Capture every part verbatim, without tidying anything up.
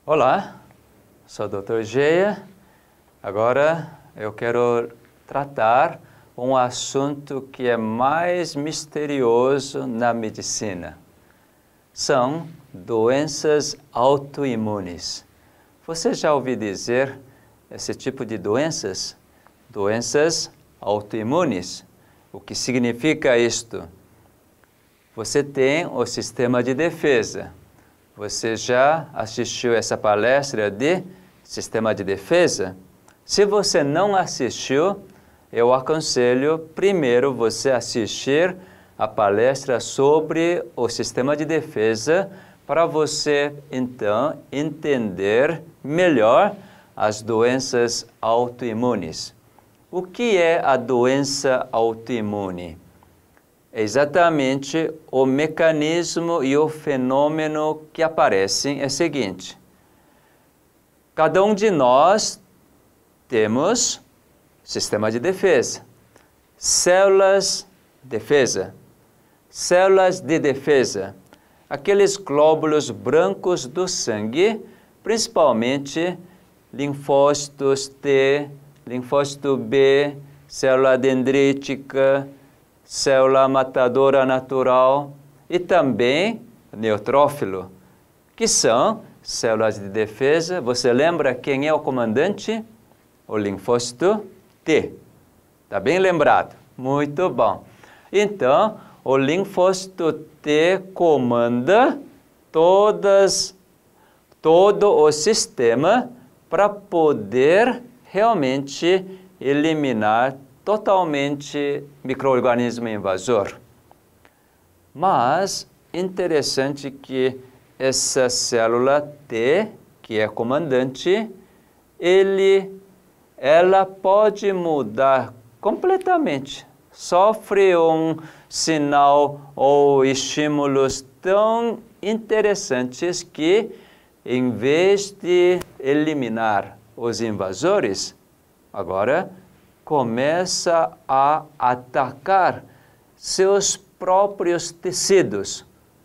Olá, sou o doutor Geia. Agora eu quero tratar um assunto que é mais misterioso na medicina. São doenças autoimunes. Você já ouviu dizer esse tipo de doenças? Doenças autoimunes. O que significa isto? Você tem o sistema de defesa. Você já assistiu essa palestra de sistema de defesa? Se você não assistiu, eu aconselho primeiro você assistir a palestra sobre o sistema de defesa para você, então, entender melhor as doenças autoimunes. O que é a doença autoimune? É exatamente o mecanismo e o fenômeno que aparecem é o seguinte. Cada um de nós temos sistema de defesa, células de defesa, células de defesa, aqueles glóbulos brancos do sangue, principalmente linfócitos T, linfócito B, célula dendrítica, célula matadora natural e também neutrófilo, que são células de defesa. Você lembra quem é o comandante? O linfócito T. Está bem lembrado? Muito bom. Então, o linfócito T comanda todas, todo o sistema para poder realmente eliminar totalmente micro-organismo invasor. Mas, interessante que essa célula T, que é comandante, ele, ela pode mudar completamente. Sofre um sinal ou estímulos tão interessantes que, em vez de eliminar os invasores, agora começa a atacar seus próprios tecidos,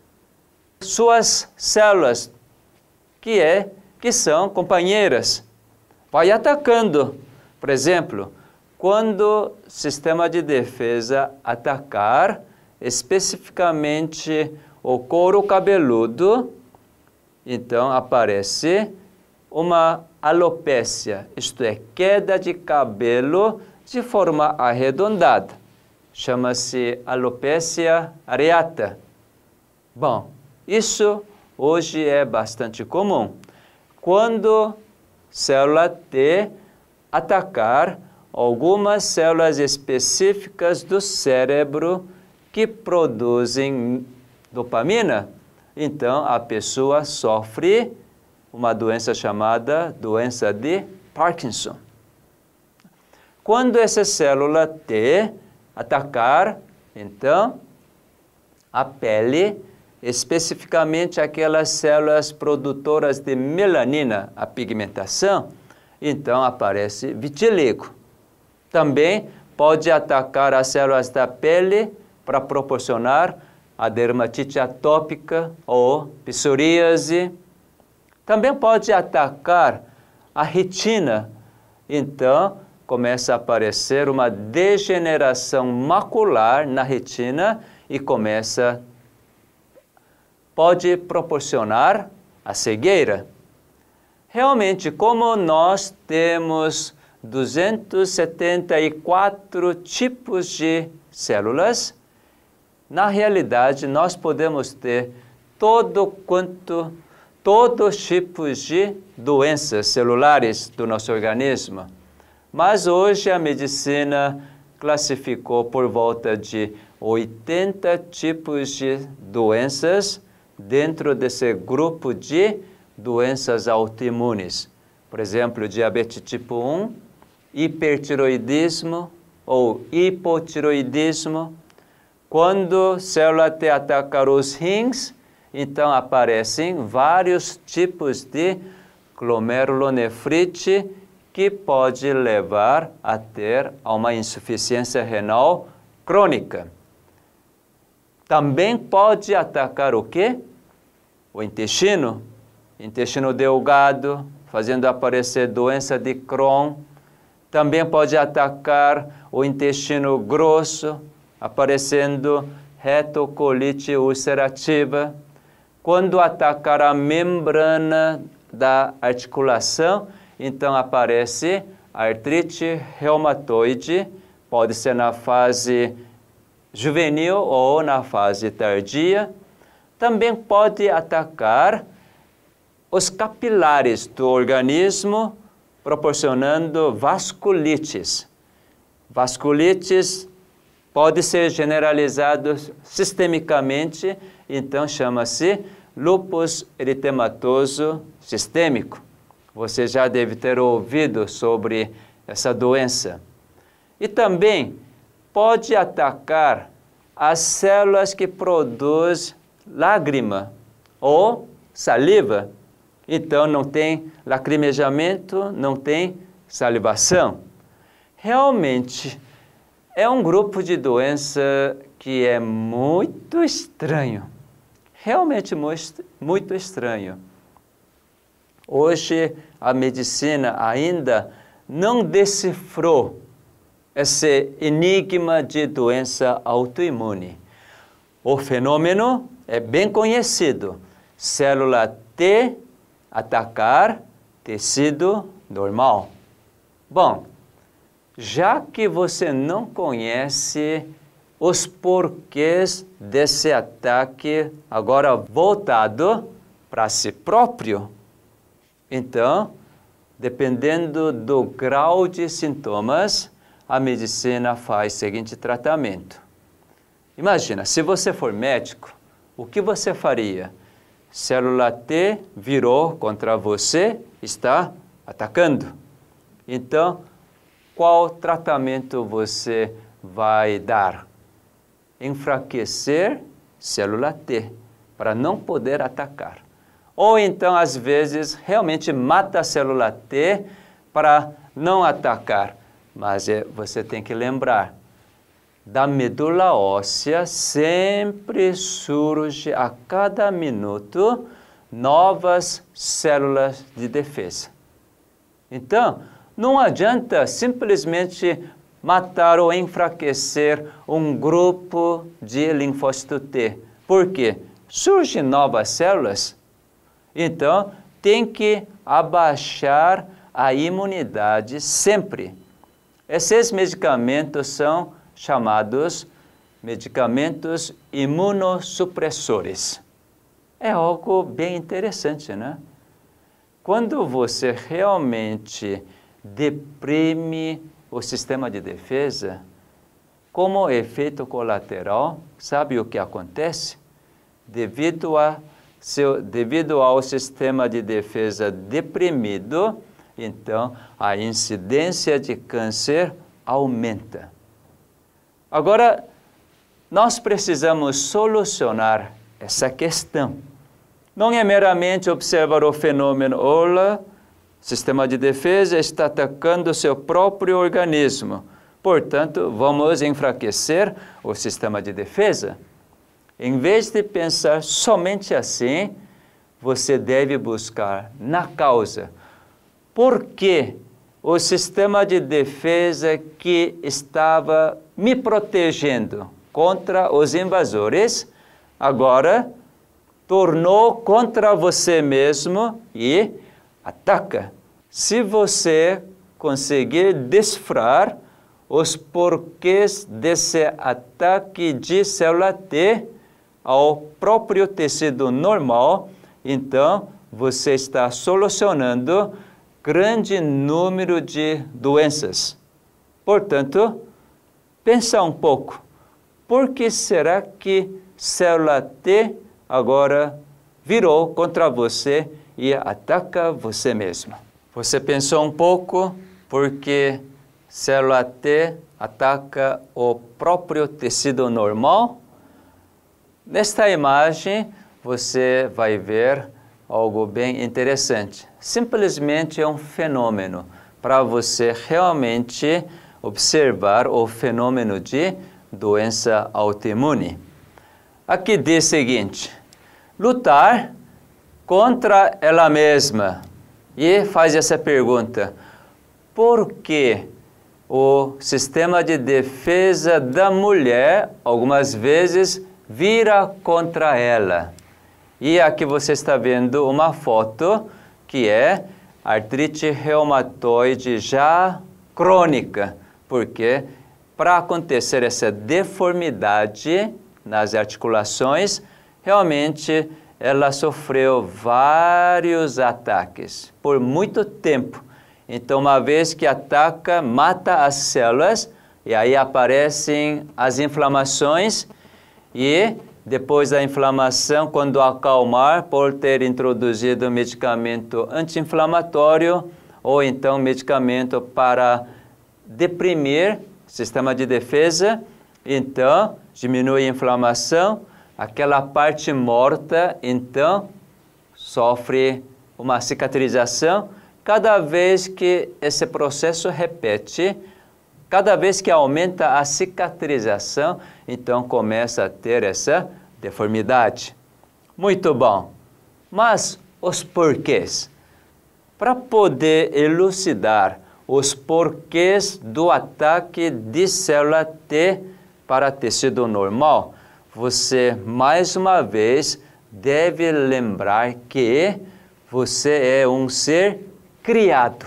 suas células, que, é, que são companheiras. Vai atacando. Por exemplo, quando o sistema de defesa atacar especificamente o couro cabeludo, então aparece uma alopécia, isto é, queda de cabelo de forma arredondada. Chama-se alopécia areata. Bom, isso hoje é bastante comum. Quando célula T atacar algumas células específicas do cérebro que produzem dopamina, então a pessoa sofre uma doença chamada doença de Parkinson. Quando essa célula T atacar, então, a pele, especificamente aquelas células produtoras de melanina, a pigmentação, então aparece vitiligo. Também pode atacar as células da pele para proporcionar a dermatite atópica ou psoríase. Também pode atacar a retina. Então, começa a aparecer uma degeneração macular na retina e começa, pode proporcionar a cegueira. Realmente, como nós temos duzentos e setenta e quatro tipos de células, na realidade, nós podemos ter todo quanto todos os tipos de doenças celulares do nosso organismo. Mas hoje a medicina classificou por volta de oitenta tipos de doenças dentro desse grupo de doenças autoimunes. Por exemplo, diabetes tipo um, hipertiroidismo ou hipotiroidismo. Quando a célula T atacar os rins, então aparecem vários tipos de glomerulonefrite que pode levar a ter uma insuficiência renal crônica. Também pode atacar o quê? O intestino. intestino delgado, fazendo aparecer doença de Crohn. Também pode atacar o intestino grosso, aparecendo retocolite ulcerativa. Quando atacar a membrana da articulação, então aparece artrite reumatoide, pode ser na fase juvenil ou na fase tardia. Também pode atacar os capilares do organismo, proporcionando vasculites. Vasculites pode ser generalizado sistemicamente, então chama-se lúpus eritematoso sistêmico. Você já deve ter ouvido sobre essa doença. E também pode atacar as células que produzem lágrima ou saliva. Então não tem lacrimejamento, não tem salivação. Realmente é um grupo de doença que é muito estranho. Realmente muito estranho. Hoje a medicina ainda não decifrou esse enigma de doença autoimune. O fenômeno é bem conhecido. Célula T atacar tecido normal. Bom, já que você não conhece os porquês desse ataque agora voltado para si próprio, então, dependendo do grau de sintomas, a medicina faz o seguinte tratamento. Imagina, se você for médico, o que você faria? Célula T virou contra você, está atacando. Então, qual tratamento você vai dar? Enfraquecer célula T, para não poder atacar. Ou então, às vezes, realmente mata a célula T para não atacar. Mas é, você tem que lembrar, da medula óssea sempre surge a cada minuto novas células de defesa. Então, não adianta simplesmente matar ou enfraquecer um grupo de linfócito T. Por quê? Surgem novas células, então tem que abaixar a imunidade sempre. Esses medicamentos são chamados medicamentos imunossupressores. É algo bem interessante, né? Quando você realmente deprime o sistema de defesa, como efeito colateral, sabe o que acontece? Devido, a seu, devido ao sistema de defesa deprimido, então a incidência de câncer aumenta. Agora, nós precisamos solucionar essa questão. Não é meramente observar o fenômeno, olha, o sistema de defesa está atacando o seu próprio organismo. Portanto, vamos enfraquecer o sistema de defesa. Em vez de pensar somente assim, você deve buscar na causa. Por que o sistema de defesa que estava me protegendo contra os invasores, agora tornou contra você mesmo e ataca? Se você conseguir decifrar os porquês desse ataque de célula T ao próprio tecido normal, então você está solucionando grande número de doenças. Portanto, pensa um pouco. Por que será que célula T agora virou contra você e ataca você mesmo? Você pensou um pouco porque célula T ataca o próprio tecido normal? Nesta imagem, você vai ver algo bem interessante. Simplesmente é um fenômeno para você realmente observar o fenômeno de doença autoimune. Aqui diz o seguinte: lutar contra ela mesma e faz essa pergunta: por que o sistema de defesa da mulher, algumas vezes, vira contra ela? E aqui você está vendo uma foto que é artrite reumatoide já crônica, porque para acontecer essa deformidade nas articulações, realmente ela sofreu vários ataques por muito tempo. Então, uma vez que ataca, mata as células, e aí aparecem as inflamações, e depois da inflamação, quando acalmar, por ter introduzido medicamento anti-inflamatório, ou então medicamento para deprimir o sistema de defesa, então diminui a inflamação, aquela parte morta, então, sofre uma cicatrização. Cada vez que esse processo repete, cada vez que aumenta a cicatrização, então começa a ter essa deformidade. Muito bom. Mas os porquês? Para poder elucidar os porquês do ataque de célula T para tecido normal, você, mais uma vez, deve lembrar que você é um ser criado.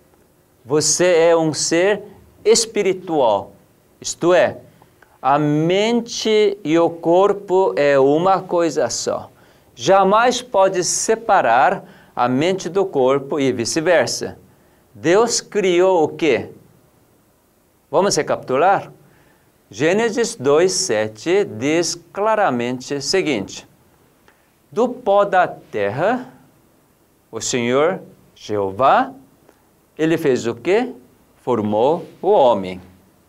Você é um ser espiritual. Isto é, a mente e o corpo é uma coisa só. Jamais pode separar a mente do corpo e vice-versa. Deus criou o quê? Vamos recapitular? Gênesis dois, sete diz claramente o seguinte: do pó da terra, o Senhor Jeová, ele fez o quê? Formou o homem.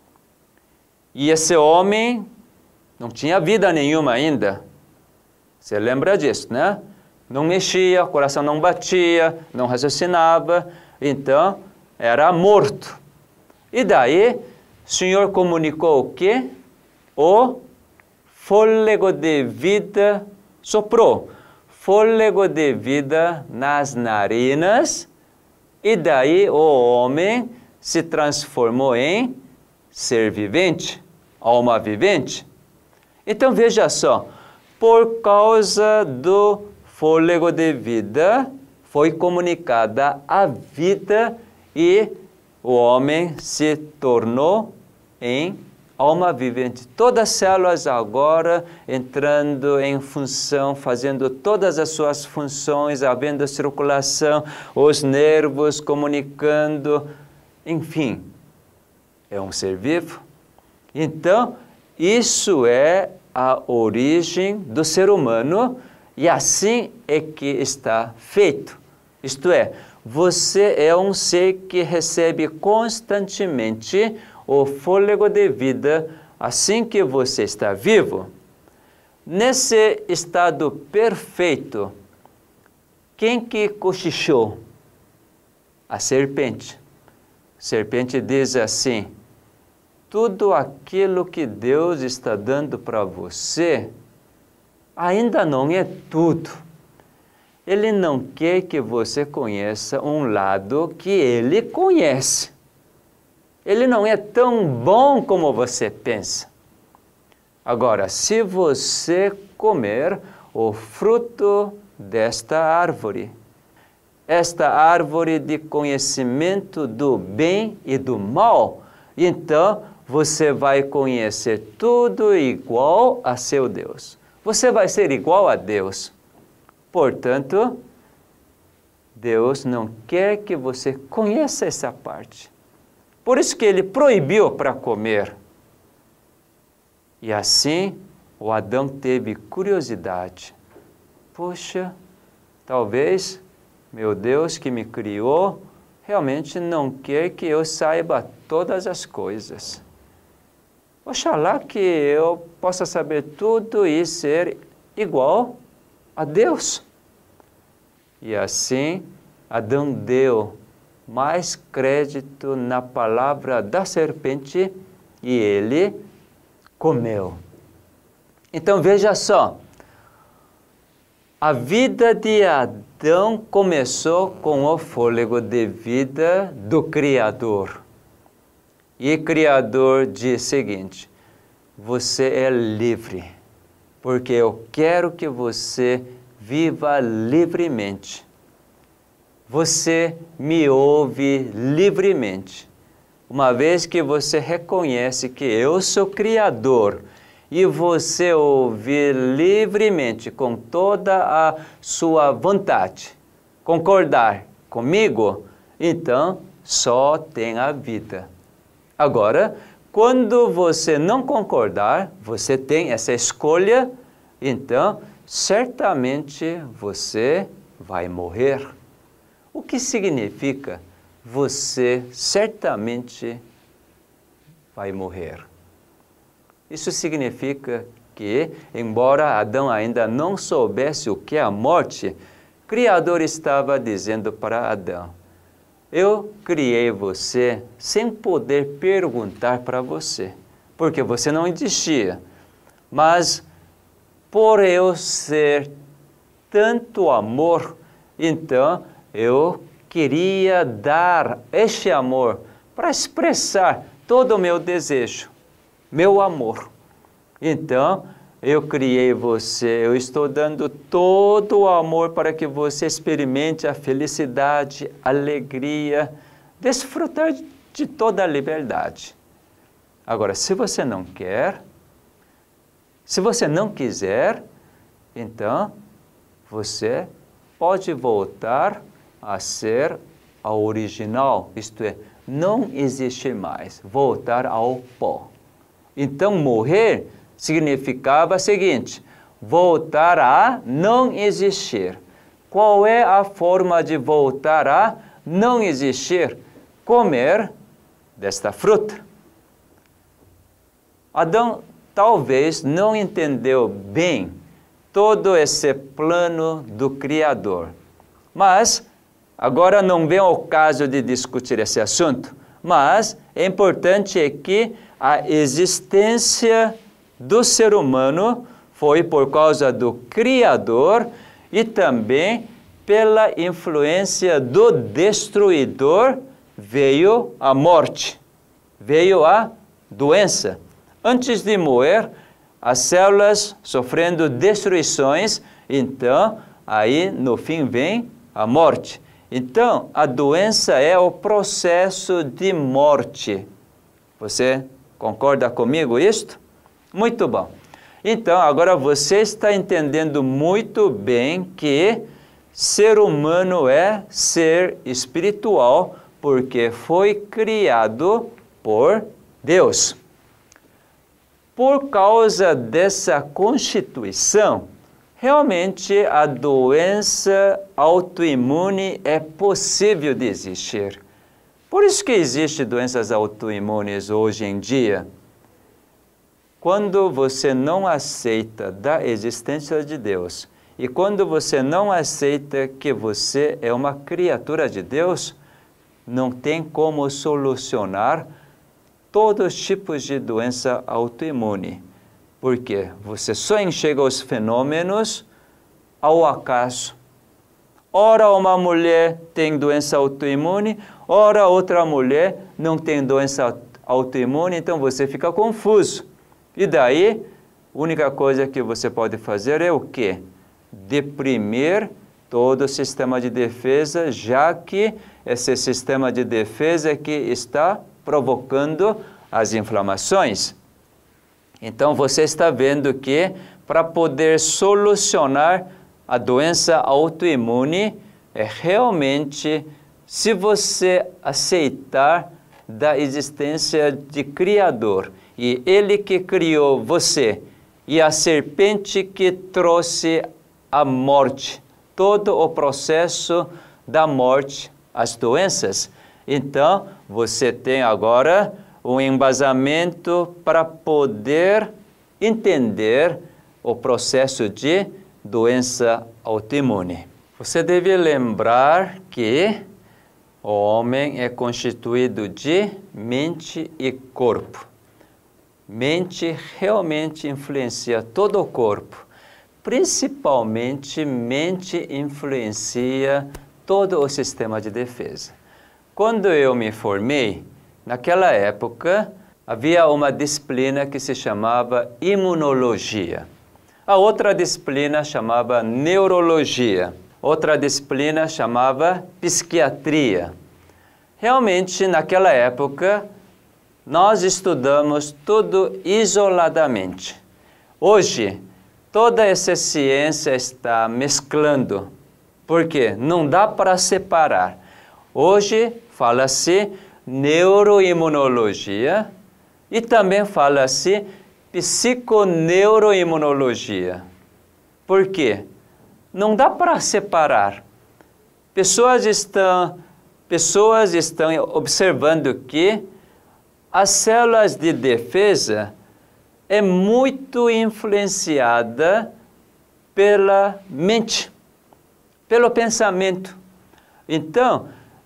E esse homem não tinha vida nenhuma ainda. Você lembra disso, né? Não mexia, o coração não batia, não raciocinava, então era morto. E daí, o Senhor comunicou o quê? O fôlego de vida soprou. Fôlego de vida nas narinas, e daí o homem se transformou em ser vivente, alma vivente. Então veja só, por causa do fôlego de vida, foi comunicada a vida e o homem se tornou em alma vivente. Todas as células agora entrando em função, fazendo todas as suas funções, havendo circulação, os nervos comunicando, enfim, é um ser vivo. Então, isso é a origem do ser humano e assim é que está feito. Isto é, você é um ser que recebe constantemente o fôlego de vida assim que você está vivo. Nesse estado perfeito, quem que cochichou? A serpente. A serpente diz assim: tudo aquilo que Deus está dando para você ainda não é tudo. Ele não quer que você conheça um lado que Ele conhece. Ele não é tão bom como você pensa. Agora, se você comer o fruto desta árvore, esta árvore de conhecimento do bem e do mal, então você vai conhecer tudo igual a seu Deus. Você vai ser igual a Deus. Portanto, Deus não quer que você conheça essa parte. Por isso que Ele proibiu para comer. E assim, o Adão teve curiosidade. Poxa, talvez meu Deus que me criou realmente não quer que eu saiba todas as coisas. Oxalá que eu possa saber tudo e ser igual a Deus. E assim, Adão deu mais crédito na palavra da serpente e ele comeu. Então veja só, A vida de Adão começou com o fôlego de vida do Criador. E o Criador diz o seguinte: você é livre, porque eu quero que você viva livremente. Você me ouve livremente. Uma vez que você reconhece que eu sou Criador, e você ouve livremente, com toda a sua vontade, concordar comigo, então só tem a vida. Agora, quando você não concordar, você tem essa escolha, então certamente você vai morrer. O que significa você certamente vai morrer? Isso significa que, embora Adão ainda não soubesse o que é a morte, o Criador estava dizendo para Adão: eu criei você sem poder perguntar para você, porque você não existia. Mas, por eu ser tanto amor, então eu queria dar este amor para expressar todo o meu desejo, meu amor. Então, eu criei você, eu estou dando todo o amor para que você experimente a felicidade, a alegria, desfrutar de toda a liberdade. Agora, se você não quer, se você não quiser, então você pode voltar a ser a original, isto é, não existe mais, voltar ao pó. Então, morrer significava o seguinte: voltar a não existir. Qual é a forma de voltar a não existir? Comer desta fruta. Adão talvez não entendeu bem todo esse plano do Criador. Mas, agora não vem ao caso de discutir esse assunto, mas é importante é que a existência do ser humano foi por causa do Criador e também pela influência do destruidor veio a morte, veio a doença. Antes de morrer, as células sofrendo destruições, então aí no fim vem a morte. Então a doença é o processo de morte. Você concorda comigo isto? Muito bom. Então, agora você está entendendo muito bem que ser humano é ser espiritual, porque foi criado por Deus. Por causa dessa constituição, realmente a doença autoimune é possível de existir. Por isso que existem doenças autoimunes hoje em dia. Quando você não aceita da existência de Deus e quando você não aceita que você é uma criatura de Deus, não tem como solucionar todos os tipos de doença autoimune. Porque você só enxerga os fenômenos ao acaso. Ora uma mulher tem doença autoimune, ora outra mulher não tem doença autoimune, então você fica confuso. E daí, a única coisa que você pode fazer é o quê? Deprimir todo o sistema de defesa, já que esse sistema de defesa que está provocando as inflamações. Então, você está vendo que para poder solucionar a doença autoimune, é realmente, se você aceitar da existência de Criador, e Ele que criou você, e a serpente que trouxe a morte, todo o processo da morte, as doenças, então você tem agora um embasamento para poder entender o processo de doença autoimune. Você deve lembrar que o homem é constituído de mente e corpo. Mente realmente influencia todo o corpo. principalmente mente influencia todo o sistema de defesa. Quando eu me formei, naquela época, havia uma disciplina que se chamava imunologia. A outra disciplina chamava neurologia. Outra disciplina chamava psiquiatria. Realmente, naquela época, nós estudamos tudo isoladamente. Hoje, toda essa ciência está mesclando. Por quê? Não dá para separar. Hoje, fala-se neuroimunologia e também fala-se psiconeuroimunologia. Por quê? Não dá para separar. Pessoas estão, pessoas estão observando que as células de defesa é muito influenciada pela mente, pelo pensamento. Então,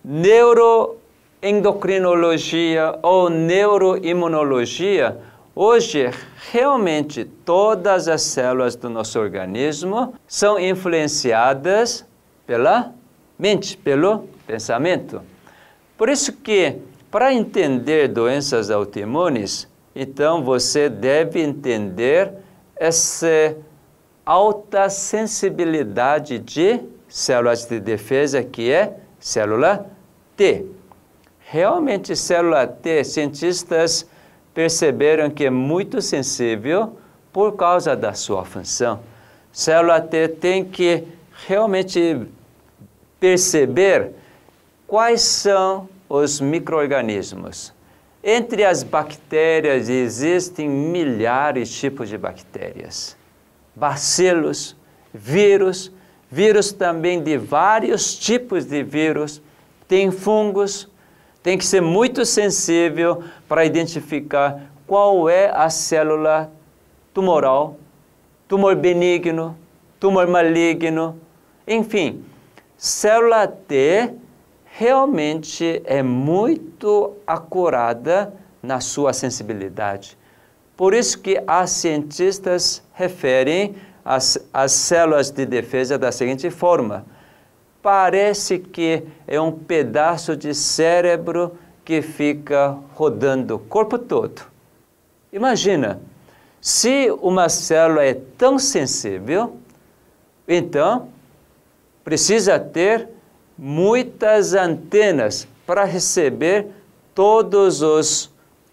neuroendocrinologia ou neuroimunologia, hoje, realmente, todas as células do nosso organismo são influenciadas pela mente, pelo pensamento. Por isso que, para entender doenças autoimunes, então você deve entender essa alta sensibilidade de células de defesa, que é célula T. Realmente, célula T, cientistas perceberam que é muito sensível por causa da sua função. Célula T tem que realmente perceber quais são os micro-organismos. Entre as bactérias existem milhares de tipos de bactérias. Bacilos, vírus, vírus também de vários tipos de vírus, tem fungos. Tem que ser muito sensível para identificar qual é a célula tumoral, tumor benigno, tumor maligno, enfim. Célula T realmente é muito acurada na sua sensibilidade. Por isso que as cientistas referem as, as células de defesa da seguinte forma: parece que é um pedaço de cérebro que fica rodando o corpo todo. Imagina, se uma célula é tão sensível, então precisa ter muitas antenas para receber todos os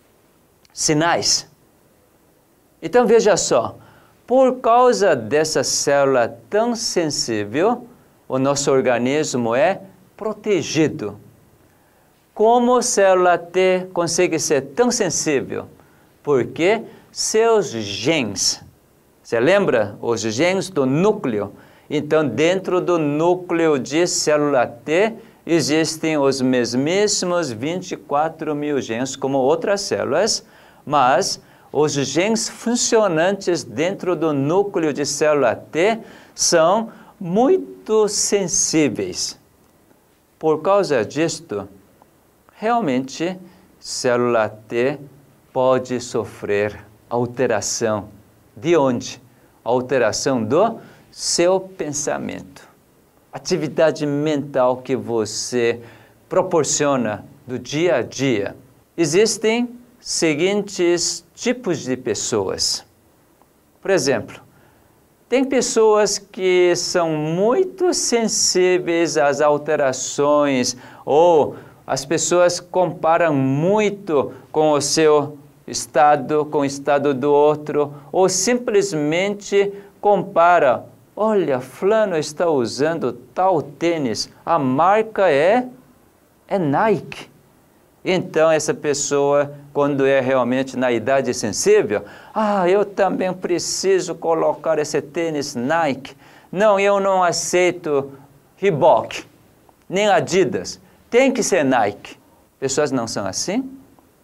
sinais. Então veja só, por causa dessa célula tão sensível, o nosso organismo é protegido. Como a célula T consegue ser tão sensível? Porque seus genes, você lembra os genes do núcleo? Então, dentro do núcleo de célula T, existem os mesmíssimos vinte e quatro mil genes como outras células, mas os genes funcionantes dentro do núcleo de célula T são muito sensíveis. Por causa disto, realmente, célula T pode sofrer alteração. De onde? Alteração do seu pensamento. Atividade mental que você proporciona do dia a dia. Existem seguintes tipos de pessoas. Por exemplo, tem pessoas que são muito sensíveis às alterações, ou as pessoas comparam muito com o seu estado, com o estado do outro, ou simplesmente compara: olha, fulano está usando tal tênis, a marca é, é Nike. Então, essa pessoa, quando é realmente na idade sensível, ah, eu também preciso colocar esse tênis Nike. Não, eu não aceito Reebok, nem Adidas. Tem que ser Nike. Pessoas não são assim?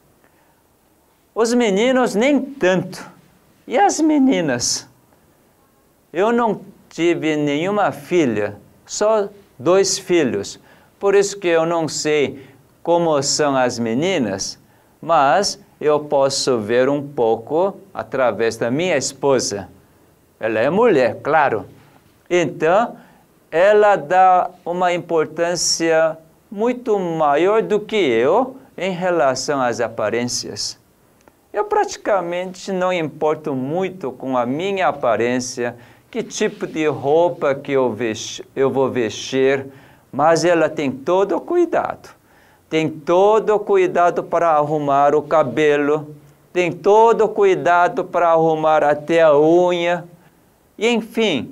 Os meninos, nem tanto. E as meninas? Eu não tive nenhuma filha, só dois filhos. Por isso que eu não sei como são as meninas, mas eu posso ver um pouco através da minha esposa. ela é mulher, claro. Então, ela dá uma importância muito maior do que eu em relação às aparências. Eu praticamente não importo muito com a minha aparência, que tipo de roupa que eu, vesti, eu vou vestir, mas ela tem todo o cuidado. Tem todo o cuidado para arrumar o cabelo, tem todo o cuidado para arrumar até a unha, e enfim,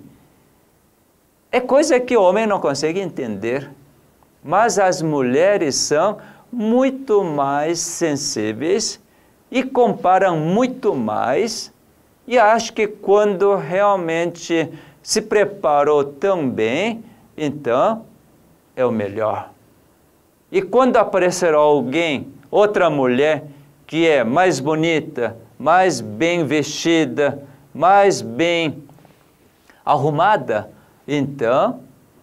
é coisa que o homem não consegue entender, mas as mulheres são muito mais sensíveis e comparam muito mais, e acho que quando realmente se preparou tão bem, então é o melhor. E quando aparecer alguém, outra mulher, que é mais bonita, mais bem vestida, mais bem arrumada, então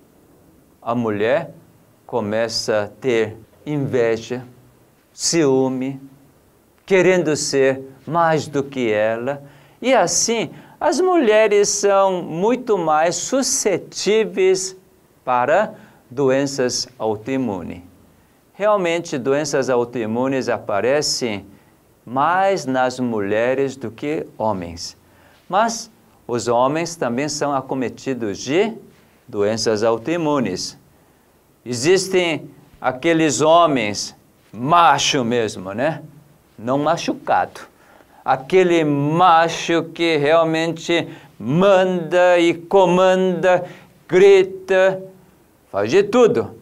a mulher começa a ter inveja, ciúme, querendo ser mais do que ela. E assim, as mulheres são muito mais suscetíveis para doenças autoimunes. Realmente, doenças autoimunes aparecem mais nas mulheres do que homens. Mas os homens também são acometidos de doenças autoimunes. Existem aqueles homens, macho mesmo, né? Não machucado. Aquele macho que realmente manda e comanda, grita, faz de tudo.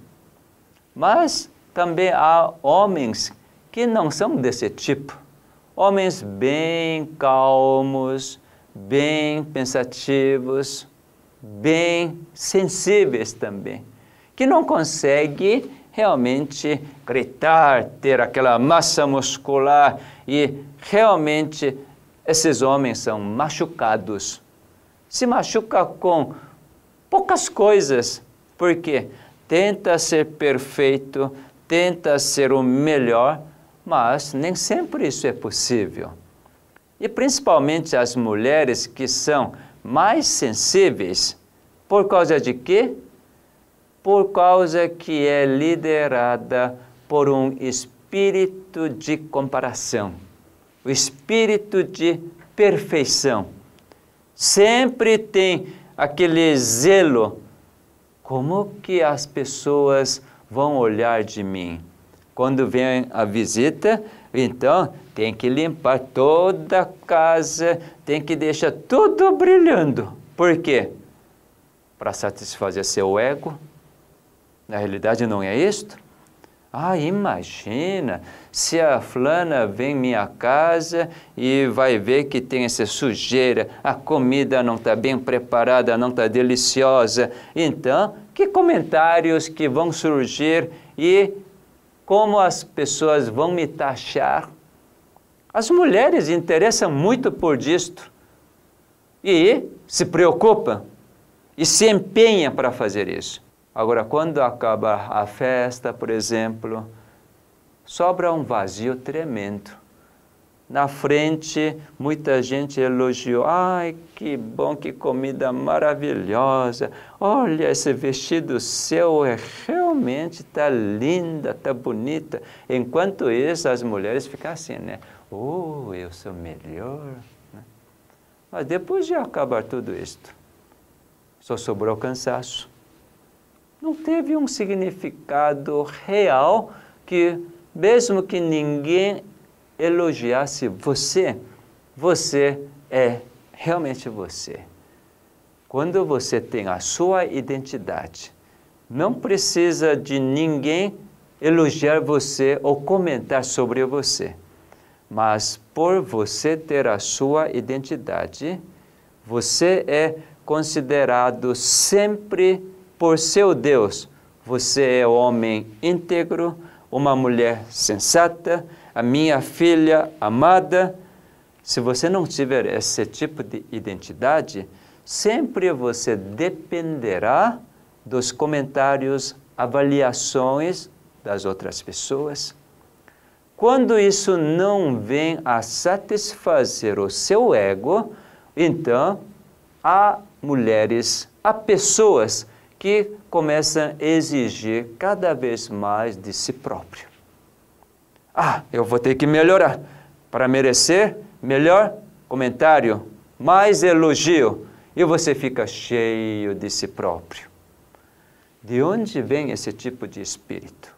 Mas também há homens que não são desse tipo. Homens bem calmos, bem pensativos, bem sensíveis também, que não conseguem realmente gritar, ter aquela massa muscular, e realmente esses homens são machucados. Se machuca com poucas coisas, porque tenta ser perfeito, tenta ser o melhor, mas nem sempre isso é possível. E principalmente as mulheres que são mais sensíveis, por causa de quê? Por causa que é liderada por um espírito de comparação, o espírito de perfeição. Sempre tem aquele zelo, como que as pessoas vão olhar de mim? Quando vem a visita, então tem que limpar toda a casa, tem que deixar tudo brilhando. Por quê? Para satisfazer seu ego? Na realidade não é isto? Ah, imagina, se a fulana vem em minha casa e vai ver que tem essa sujeira, a comida não está bem preparada, não está deliciosa. Então, que comentários que vão surgir e como as pessoas vão me taxar? As mulheres interessam muito por isto e se preocupam e se empenham para fazer isso. Agora, quando acaba a festa, por exemplo, sobra um vazio tremendo. Na frente, muita gente elogiou. Ai, que bom, que comida maravilhosa. Olha, esse vestido seu é, realmente está linda, está bonita. Enquanto isso, as mulheres ficam assim, né? Oh, eu sou melhor. Mas depois de acabar tudo isto, só sobrou cansaço. Não teve um significado real que, mesmo que ninguém elogiasse você, você é realmente você. Quando você tem a sua identidade, não precisa de ninguém elogiar você ou comentar sobre você. Mas por você ter a sua identidade, você é considerado sempre por seu Deus. Você é homem íntegro, uma mulher sensata, a minha filha amada. Se você não tiver esse tipo de identidade, sempre você dependerá dos comentários, avaliações das outras pessoas. Quando isso não vem a satisfazer o seu ego, então há mulheres, há pessoas que começam a exigir cada vez mais de si próprio. Ah, eu vou ter que melhorar para merecer melhor comentário, mais elogio, e você fica cheio de si próprio. De onde vem esse tipo de espírito?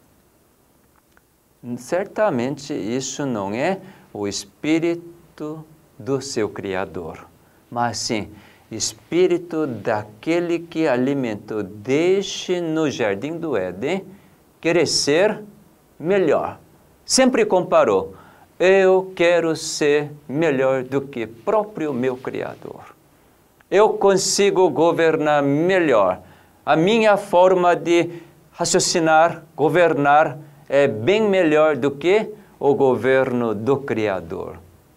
Certamente isso não é o espírito do seu Criador, mas sim espírito daquele que alimentou desde no jardim do Éden, querer ser melhor. Sempre comparou, eu quero ser melhor do que próprio meu Criador. Eu consigo governar melhor. A minha forma de raciocinar, governar, é bem melhor do que o governo do Criador.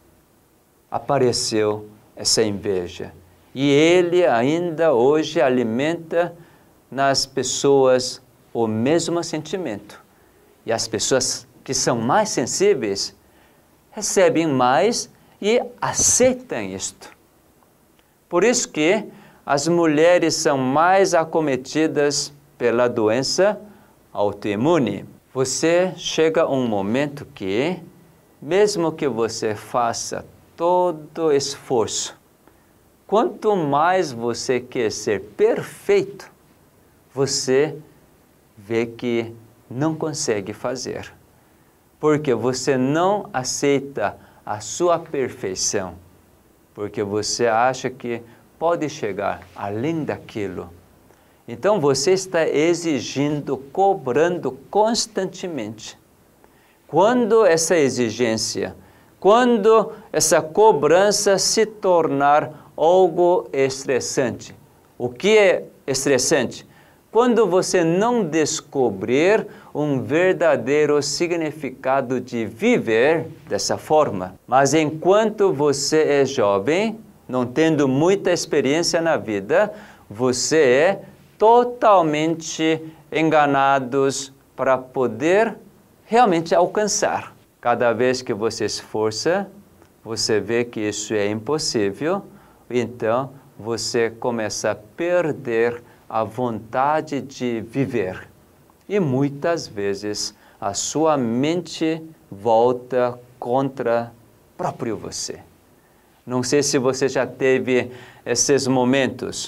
Apareceu essa inveja. E ele ainda hoje alimenta nas pessoas o mesmo sentimento. E as pessoas que são mais sensíveis recebem mais e aceitam isto. Por isso que as mulheres são mais acometidas pela doença autoimune. Você chega a um momento que, mesmo que você faça todo esforço, quanto mais você quer ser perfeito, você vê que não consegue fazer. Porque você não aceita a sua perfeição. Porque você acha que pode chegar além daquilo. Então você está exigindo, cobrando constantemente. Quando essa exigência, quando essa cobrança se tornar algo estressante. O que é estressante? Quando você não descobrir um verdadeiro significado de viver dessa forma. Mas enquanto você é jovem, não tendo muita experiência na vida, você é totalmente enganados para poder realmente alcançar. Cada vez que você esforça, você vê que isso é impossível, então você começa a perder a vontade de viver. E muitas vezes a sua mente volta contra próprio você. Não sei se você já teve esses momentos.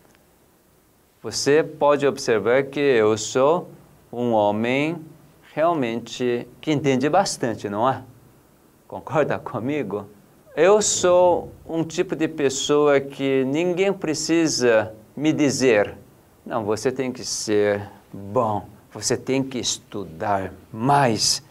Você pode observar que eu sou um homem realmente que entende bastante, não é? Concorda comigo? Eu sou um tipo de pessoa que ninguém precisa me dizer, não, você tem que ser bom, você tem que estudar mais.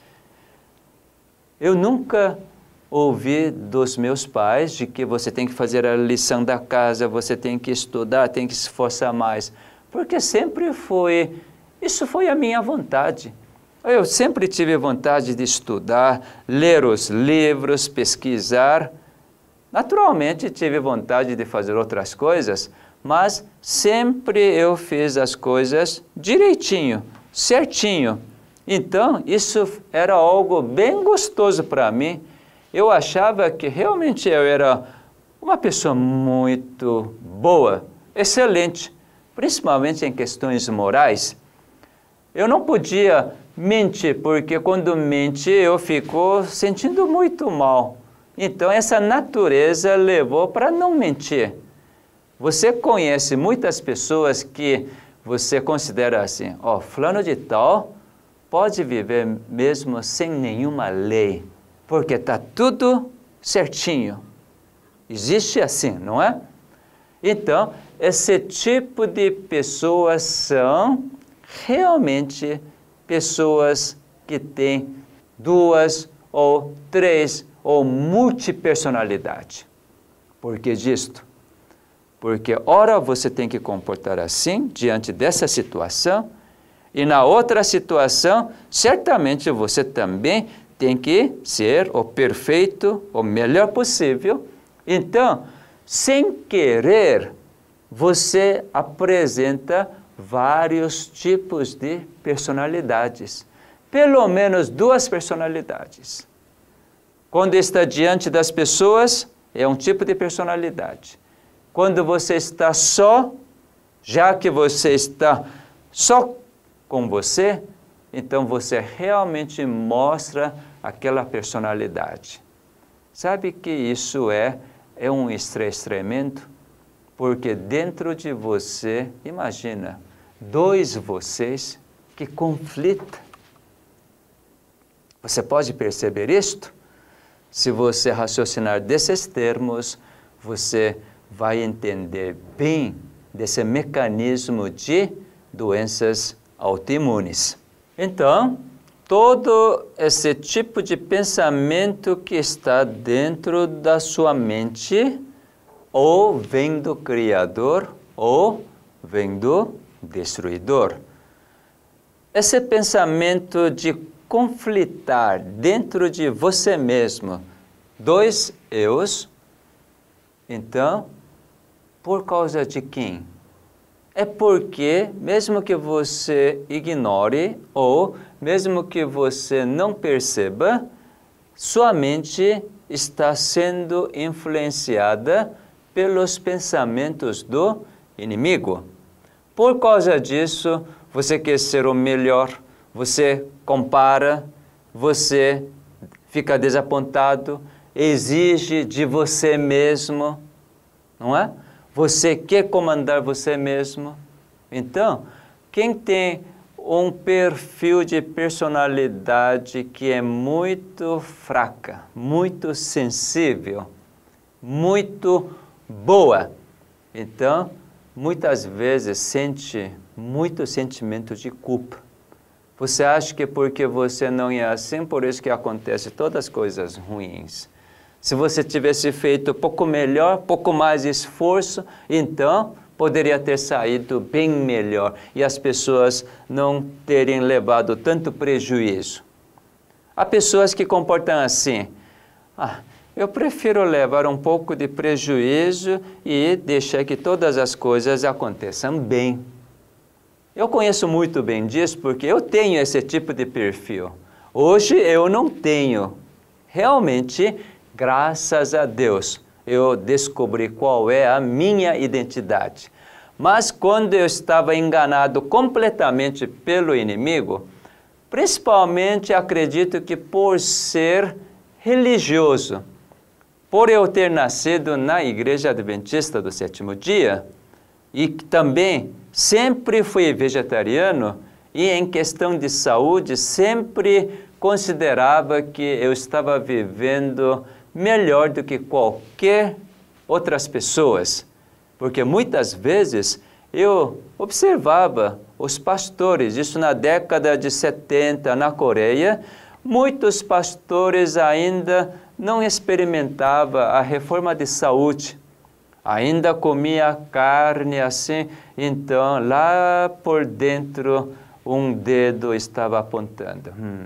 Eu nunca ouvi dos meus pais de que você tem que fazer a lição da casa, você tem que estudar, tem que se esforçar mais, porque sempre foi, isso foi a minha vontade. Eu sempre tive vontade de estudar, ler os livros, pesquisar. Naturalmente tive vontade de fazer outras coisas, mas sempre eu fiz as coisas direitinho, certinho. Então, isso era algo bem gostoso para mim. Eu achava que realmente eu era uma pessoa muito boa, excelente, principalmente em questões morais. Eu não podia mentir, porque quando mente eu fico sentindo muito mal. Então, essa natureza levou para não mentir. Você conhece muitas pessoas que você considera assim, ó, oh, fulano de tal pode viver mesmo sem nenhuma lei, porque está tudo certinho. Existe assim, não é? Então, esse tipo de pessoas são realmente pessoas que têm duas ou três ou multipersonalidade. Por que disto? Porque ora você tem que comportar assim, diante dessa situação, e na outra situação, certamente você também tem que ser o perfeito, o melhor possível. Então, sem querer, você apresenta vários tipos de personalidades. Pelo menos duas personalidades. Quando está diante das pessoas, é um tipo de personalidade. quando você está só, já que você está só com você, então você realmente mostra aquela personalidade. Sabe que isso é, é um estresse tremendo? Porque dentro de você, imagina, dois vocês que conflitam. Você pode perceber isto? Se você raciocinar desses termos, você vai entender bem desse mecanismo de doenças autoimunes. Então, todo esse tipo de pensamento que está dentro da sua mente, ou vem do Criador, ou vem do Destruidor. Esse pensamento de conflitar dentro de você mesmo, dois eus, então, por causa de quem? É porque, mesmo que você ignore, ou mesmo que você não perceba, sua mente está sendo influenciada pelos pensamentos do inimigo. Por causa disso, você quer ser o melhor, você compara, você fica desapontado, exige de você mesmo, não é? Você quer comandar você mesmo. Então, quem tem um perfil de personalidade que é muito fraca, muito sensível, muito boa, então, muitas vezes sente muito sentimento de culpa. Você acha que porque você não é assim, por isso que acontece todas as coisas ruins. Se você tivesse feito um pouco melhor, pouco mais esforço, então poderia ter saído bem melhor e as pessoas não terem levado tanto prejuízo. Há pessoas que comportam assim: ah, eu prefiro levar um pouco de prejuízo e deixar que todas as coisas aconteçam bem. Eu conheço muito bem disso porque eu tenho esse tipo de perfil. Hoje eu não tenho. Realmente, graças a Deus, eu descobri qual é a minha identidade. Mas quando eu estava enganado completamente pelo inimigo, principalmente acredito que por ser religioso, por eu ter nascido na Igreja Adventista do Sétimo Dia, e também sempre fui vegetariano, e em questão de saúde sempre considerava que eu estava vivendo melhor do que qualquer outras pessoas, porque muitas vezes eu observava os pastores, isso na década de setenta na Coreia, muitos pastores ainda não experimentavam a reforma de saúde, ainda comia carne assim, então lá por dentro um dedo estava apontando. Hum,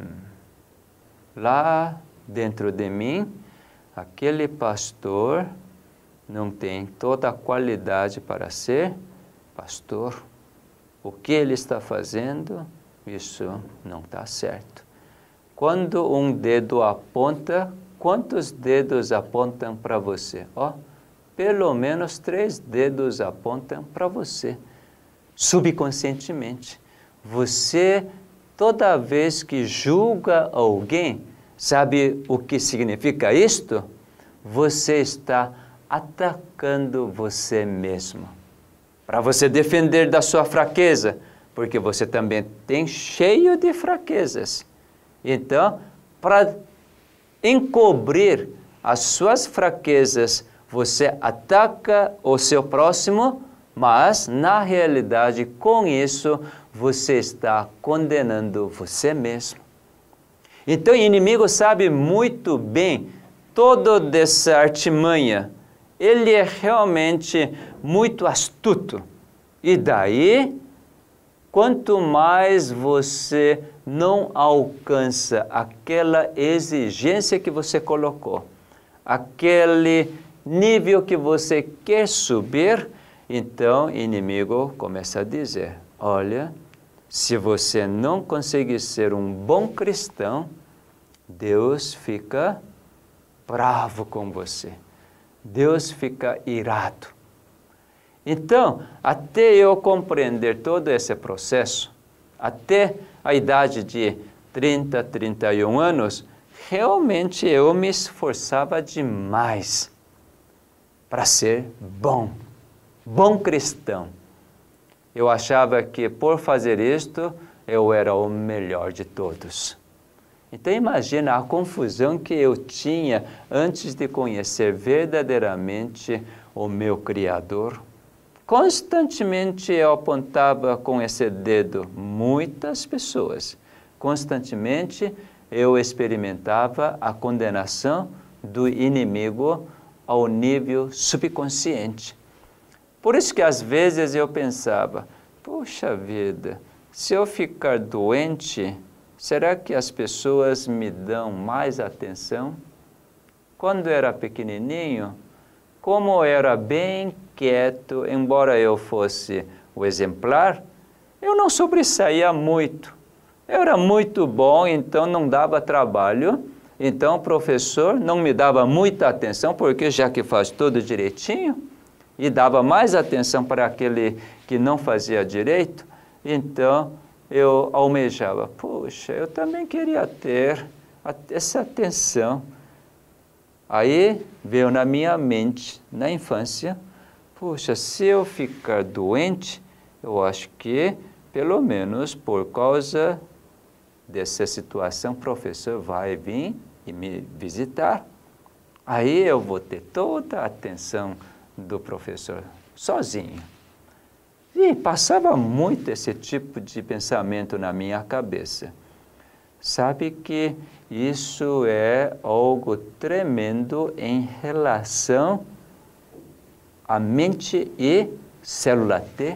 lá dentro de mim, aquele pastor não tem toda a qualidade para ser pastor. O que ele está fazendo, isso não está certo. Quando um dedo aponta, quantos dedos apontam para você? Ó, oh, pelo menos três dedos apontam para você, subconscientemente. Você, toda vez que julga alguém, sabe o que significa isto? Você está atacando você mesmo. Para você defender da sua fraqueza, porque você também tem cheio de fraquezas. Então, para encobrir as suas fraquezas, você ataca o seu próximo, mas, na realidade, com isso, você está condenando você mesmo. Então, o inimigo sabe muito bem toda essa artimanha. Ele é realmente muito astuto. E daí, quanto mais você não alcança aquela exigência que você colocou, aquele nível que você quer subir, então o inimigo começa a dizer: olha, se você não conseguir ser um bom cristão, Deus fica bravo com você. Deus fica irado. Então, até eu compreender todo esse processo, até a idade de trinta, trinta e um anos, realmente eu me esforçava demais para ser bom, bom cristão. Eu achava que por fazer isto, eu era o melhor de todos. Então imagina a confusão que eu tinha antes de conhecer verdadeiramente o meu Criador. Constantemente eu apontava com esse dedo muitas pessoas. Constantemente eu experimentava a condenação do inimigo ao nível subconsciente. Por isso que às vezes eu pensava, puxa vida, se eu ficar doente, será que as pessoas me dão mais atenção? Quando eu era pequenininho, como eu era bem quieto, embora eu fosse o exemplar, eu não sobressaía muito. Eu era muito bom, então não dava trabalho. Então o professor não me dava muita atenção, porque já que faz tudo direitinho, e dava mais atenção para aquele que não fazia direito, então eu almejava, puxa, eu também queria ter essa atenção. Aí veio na minha mente, na infância, puxa, se eu ficar doente, eu acho que, pelo menos por causa dessa situação, o professor vai vir e me visitar. Aí eu vou ter toda a atenção do professor sozinho. E passava muito esse tipo de pensamento na minha cabeça. Sabe que isso é algo tremendo em relação à mente e célula T.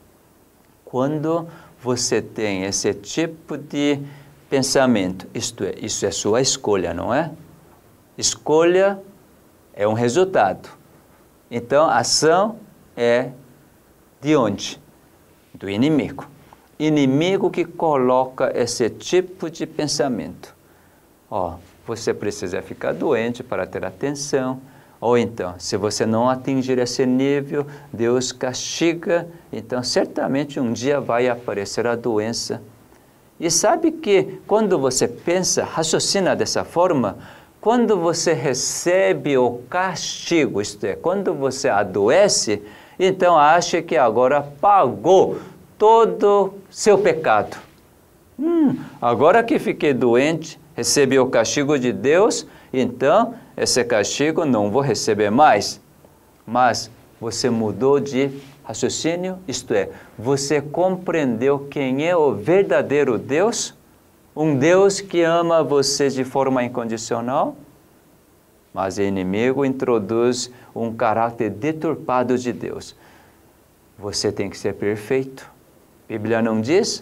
Quando você tem esse tipo de pensamento, isto é, isso é sua escolha, não é? Escolha é um resultado. Então, a ação é de onde? Do inimigo. Inimigo que coloca esse tipo de pensamento. Ó, você precisa ficar doente para ter atenção. Ou então, se você não atingir esse nível, Deus castiga. Então, certamente um dia vai aparecer a doença. E sabe que quando você pensa, raciocina dessa forma, quando você recebe o castigo, isto é, quando você adoece, então acha que agora pagou todo seu pecado. Hum, agora que fiquei doente, recebi o castigo de Deus, então esse castigo não vou receber mais. Mas você mudou de raciocínio, isto é, você compreendeu quem é o verdadeiro Deus? Um Deus que ama você de forma incondicional, mas o inimigo introduz um caráter deturpado de Deus. Você tem que ser perfeito. A Bíblia não diz?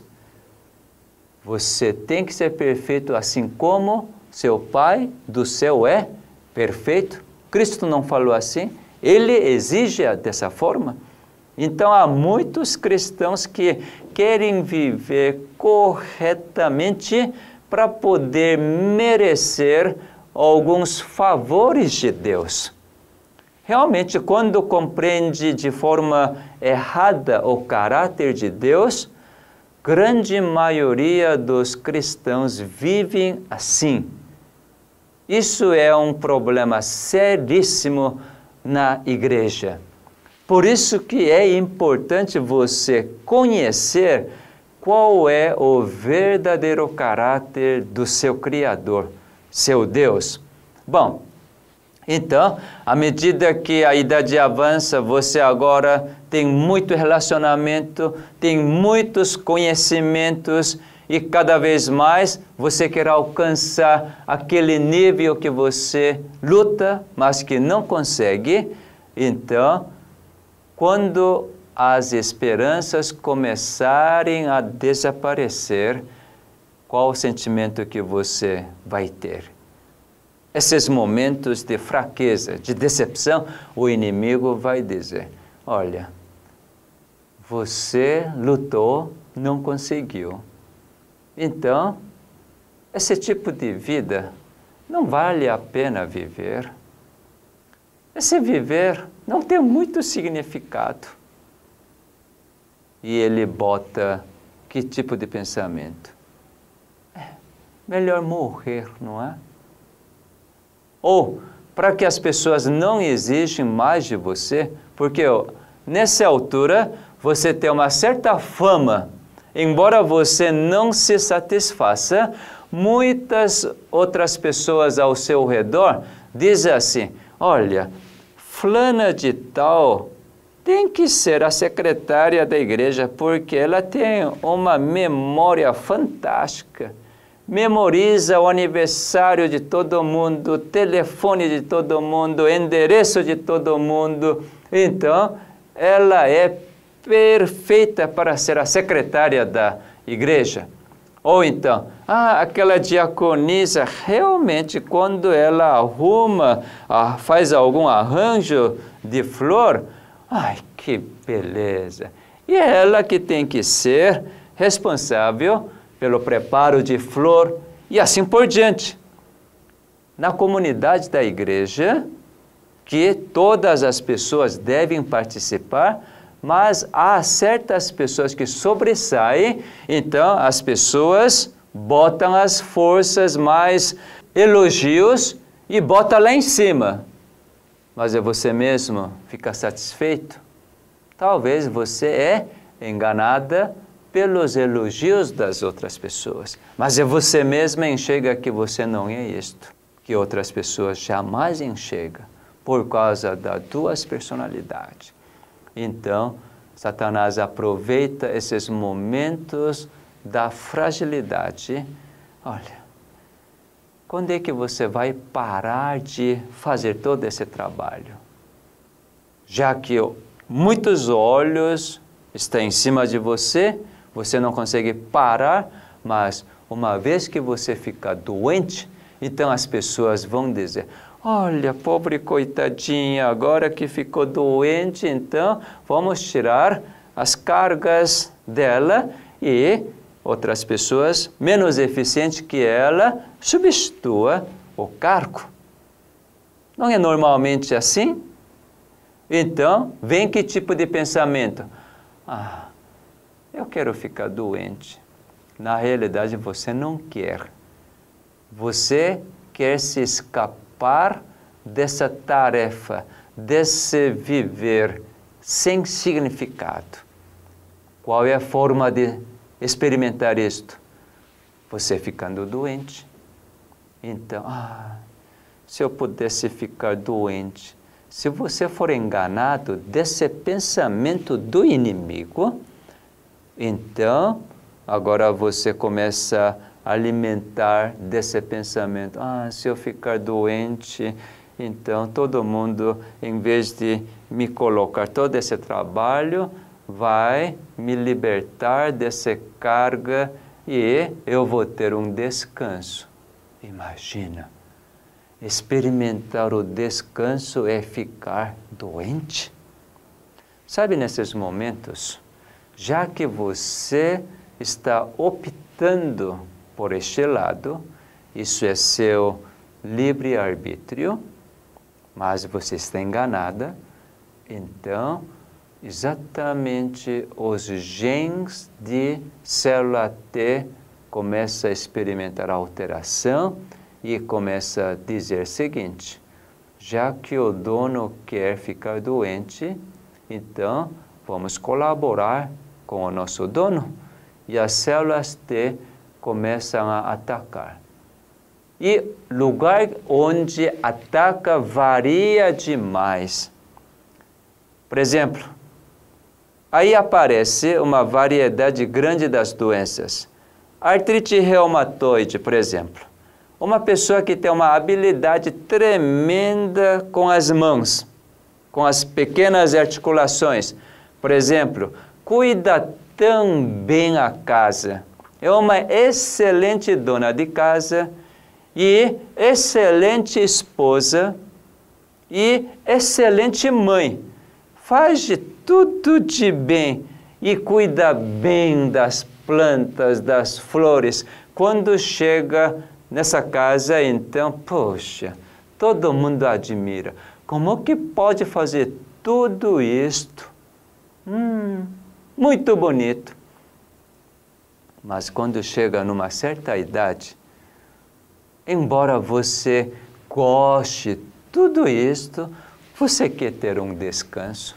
Você tem que ser perfeito assim como seu Pai do céu é perfeito. Cristo não falou assim? Ele exige dessa forma. Então, há muitos cristãos que querem viver corretamente para poder merecer alguns favores de Deus. Realmente, quando compreende de forma errada o caráter de Deus, grande maioria dos cristãos vivem assim. Isso é um problema seríssimo na igreja. Por isso que é importante você conhecer qual é o verdadeiro caráter do seu Criador, seu Deus. Bom, então, à medida que a idade avança, você agora tem muito relacionamento, tem muitos conhecimentos e cada vez mais você quer alcançar aquele nível que você luta, mas que não consegue. Então, quando as esperanças começarem a desaparecer, qual o sentimento que você vai ter? Esses momentos de fraqueza, de decepção, o inimigo vai dizer, olha, você lutou, não conseguiu. Então, esse tipo de vida não vale a pena viver. Esse viver não tem muito significado. e ele bota que tipo de pensamento? É, melhor morrer, não é? Ou, para que as pessoas não exijam mais de você, porque ó, nessa altura você tem uma certa fama, embora você não se satisfaça, muitas outras pessoas ao seu redor dizem assim, olha, fulana de tal tem que ser a secretária da igreja, porque ela tem uma memória fantástica. Memoriza o aniversário de todo mundo, telefone de todo mundo, endereço de todo mundo. Então, ela é perfeita para ser a secretária da igreja. Ou então, ah, aquela diaconisa, realmente, quando ela arruma, ah, faz algum arranjo de flor, ai, que beleza! E é ela que tem que ser responsável pelo preparo de flor e assim por diante. Na comunidade da igreja, que todas as pessoas devem participar, mas há certas pessoas que sobressaem, então as pessoas botam as forças mais elogios e botam lá em cima. Mas é você mesmo fica satisfeito? Talvez você é enganada pelos elogios das outras pessoas. Mas é você mesma enxerga que você não é isto, que outras pessoas jamais enxergam, por causa das duas personalidades. Então, Satanás aproveita esses momentos da fragilidade. Olha, quando é que você vai parar de fazer todo esse trabalho? Já que muitos olhos estão em cima de você, você não consegue parar, mas uma vez que você fica doente, então as pessoas vão dizer, olha, pobre coitadinha, agora que ficou doente, então vamos tirar as cargas dela e outras pessoas menos eficientes que ela substitua o cargo. Não é normalmente assim? Então, vem que tipo de pensamento? Ah, eu quero ficar doente. Na realidade, você não quer. Você quer se escapar dessa tarefa, desse viver sem significado. Qual é a forma de experimentar isto? Você ficando doente. Então, ah, se eu pudesse ficar doente. Se você for enganado desse pensamento do inimigo, então, agora você começa a alimentar desse pensamento. Ah, se eu ficar doente, então todo mundo, em vez de me colocar todo esse trabalho, vai me libertar dessa carga e eu vou ter um descanso. Imagina, experimentar o descanso é ficar doente? Sabe, nesses momentos, já que você está optando por este lado, isso é seu livre-arbítrio, mas você está enganada, então, exatamente os genes de célula T começam a experimentar alteração e começa a dizer o seguinte, já que o dono quer ficar doente, então vamos colaborar com o nosso dono e as células T começam a atacar. E lugar onde ataca varia demais. Por exemplo, aí aparece uma variedade grande das doenças. Artrite reumatoide, por exemplo. Uma pessoa que tem uma habilidade tremenda com as mãos, com as pequenas articulações. Por exemplo, cuida tão bem a casa. É uma excelente dona de casa e excelente esposa e excelente mãe. Faz de tudo de bem e cuida bem das plantas, das flores. Quando chega nessa casa, então, poxa, todo mundo admira. Como que pode fazer tudo isto? Hum, muito bonito. Mas quando chega numa certa idade, embora você goste de tudo isto, você quer ter um descanso.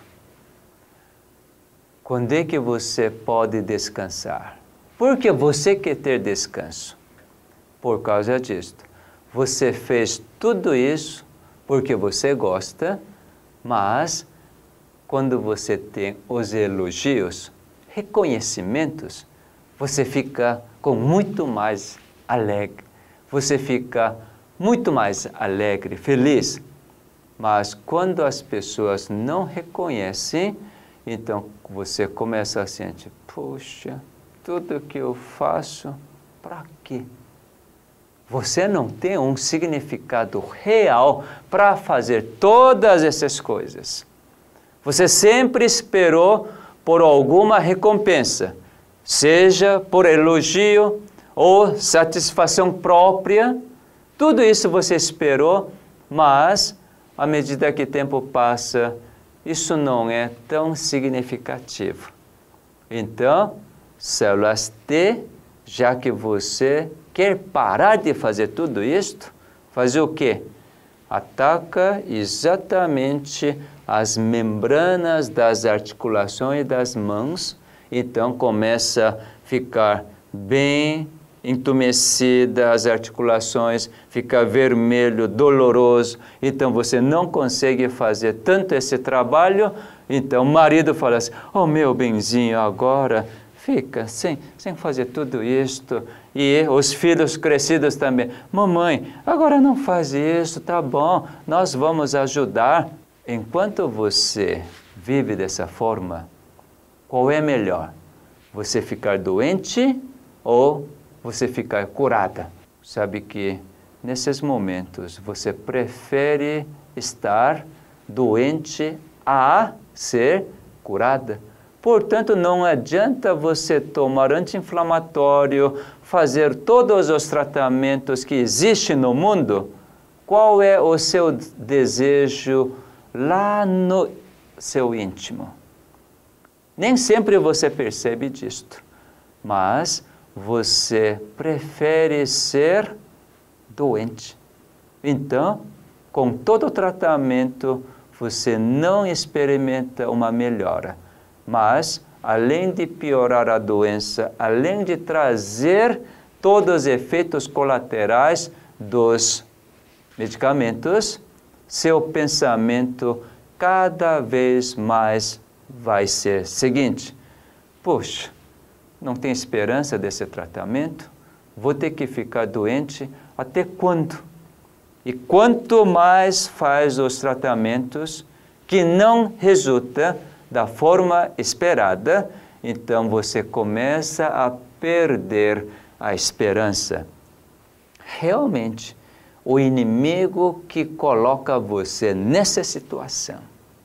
Quando é que você pode descansar? Porque você quer ter descanso. Por causa disto. Você fez tudo isso porque você gosta, mas quando você tem os elogios, reconhecimentos, você fica com muito mais alegre. Você fica muito mais alegre, feliz. Mas quando as pessoas não reconhecem, então você começa a sentir, poxa, tudo que eu faço, para quê? Você não tem um significado real para fazer todas essas coisas. Você sempre esperou por alguma recompensa, seja por elogio ou satisfação própria. Tudo isso você esperou, mas à medida que o tempo passa, isso não é tão significativo. Então, células T, já que você quer parar de fazer tudo isto, fazer o quê? Ataca exatamente as membranas das articulações das mãos, então começa a ficar bem entumecida as articulações, fica vermelho, doloroso, então você não consegue fazer tanto esse trabalho, então o marido fala assim, oh meu benzinho, agora fica sem, sem fazer tudo isto. E os filhos crescidos também. Mamãe, agora não faz isso, tá bom, nós vamos ajudar. Enquanto você vive dessa forma, qual é melhor? Você ficar doente ou você ficar curada? Sabe que nesses momentos você prefere estar doente a ser curada. Portanto, não adianta você tomar anti-inflamatório, fazer todos os tratamentos que existem no mundo. Qual é o seu desejo lá no seu íntimo? Nem sempre você percebe disto, mas você prefere ser doente. Então, com todo o tratamento, você não experimenta uma melhora. Mas, além de piorar a doença, além de trazer todos os efeitos colaterais dos medicamentos, seu pensamento cada vez mais vai ser o seguinte, poxa, não tem esperança desse tratamento? Vou ter que ficar doente até quando? E quanto mais faz os tratamentos que não resulta da forma esperada, então você começa a perder a esperança. Realmente, o inimigo que coloca você nessa situação,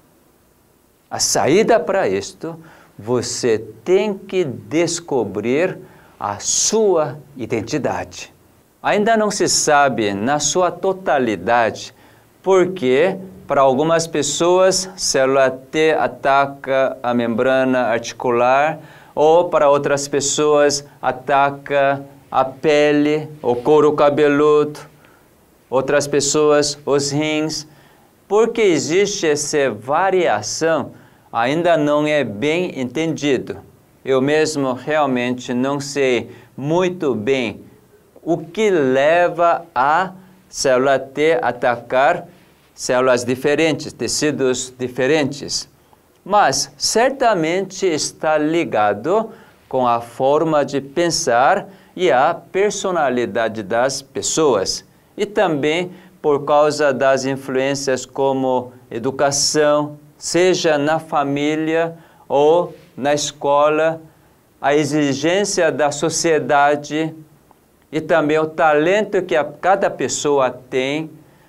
a saída para isto, você tem que descobrir a sua identidade. Ainda não se sabe na sua totalidade, porque para algumas pessoas, célula T ataca a membrana articular, ou para outras pessoas, ataca a pele, o couro cabeludo, outras pessoas, os rins. Porque existe essa variação, ainda não é bem entendido. Eu mesmo realmente não sei muito bem o que leva a célula T atacar células diferentes, tecidos diferentes. Mas certamente está ligado com a forma de pensar e a personalidade das pessoas. E também por causa das influências como educação, seja na família ou na escola, a exigência da sociedade e também o talento que a, cada pessoa tem.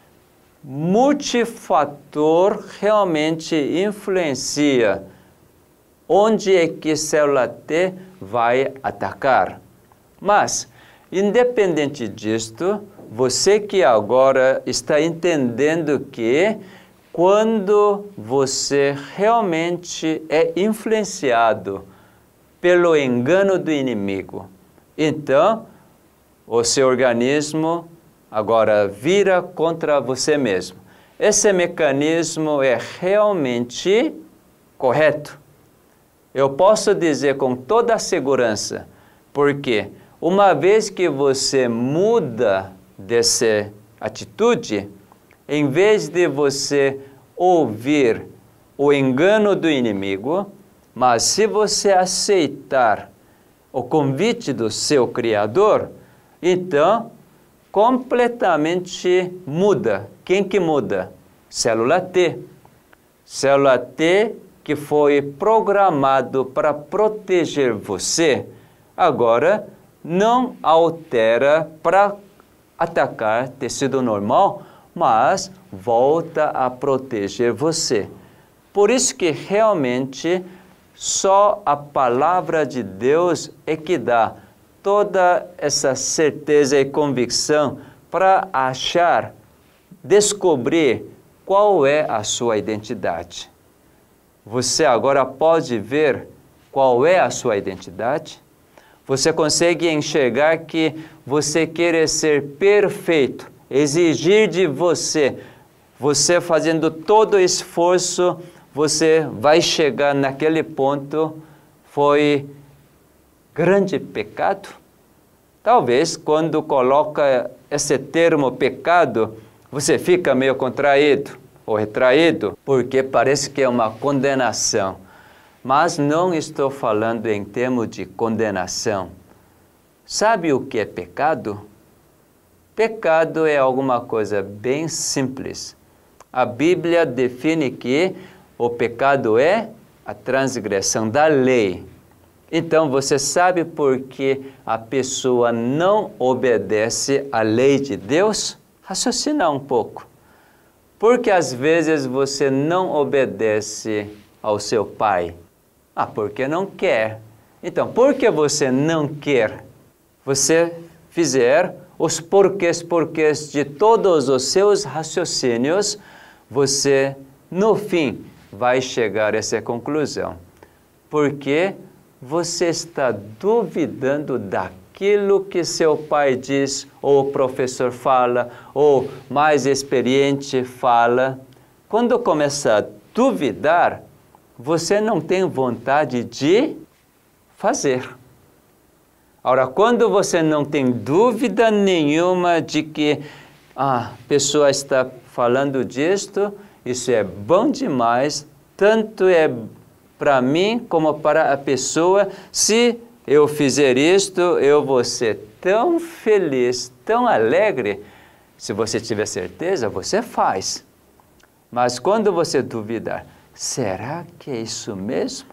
Multifator realmente influencia onde é que a célula T vai atacar. Mas, independente disto, você que agora está entendendo que quando você realmente é influenciado pelo engano do inimigo. Então, o seu organismo agora vira contra você mesmo. Esse mecanismo é realmente correto. Eu posso dizer com toda a segurança, porque uma vez que você muda dessa atitude, em vez de você ouvir o engano do inimigo, mas se você aceitar o convite do seu Criador, então completamente muda. Quem que muda? Célula T. Célula T que foi programado para proteger você, agora não altera para atacar tecido normal, mas volta a proteger você. Por isso que realmente só a palavra de Deus é que dá toda essa certeza e convicção para achar, descobrir qual é a sua identidade. Você agora pode ver qual é a sua identidade? Você consegue enxergar que você quer ser perfeito, exigir de você, você fazendo todo o esforço, você vai chegar naquele ponto, foi grande pecado? Talvez quando coloca esse termo pecado, você fica meio contraído ou retraído, porque parece que é uma condenação. Mas não estou falando em termos de condenação. Sabe o que é pecado? Pecado é alguma coisa bem simples. A Bíblia define que o pecado é a transgressão da lei. Então, você sabe por que a pessoa não obedece à lei de Deus? Raciocina um pouco. Porque às vezes você não obedece ao seu pai? Ah, porque não quer. Então, por que você não quer? Você fizer os porquês, porquês de todos os seus raciocínios, você, no fim, vai chegar a essa conclusão. Porque você está duvidando daquilo que seu pai diz, ou o professor fala, ou mais experiente fala. Quando começa a duvidar, você não tem vontade de fazer. Ora, quando você não tem dúvida nenhuma de que ah, a pessoa está falando disto, isso é bom demais, tanto é para mim como para a pessoa, se eu fizer isto, eu vou ser tão feliz, tão alegre. Se você tiver certeza, você faz. Mas quando você duvidar, será que é isso mesmo?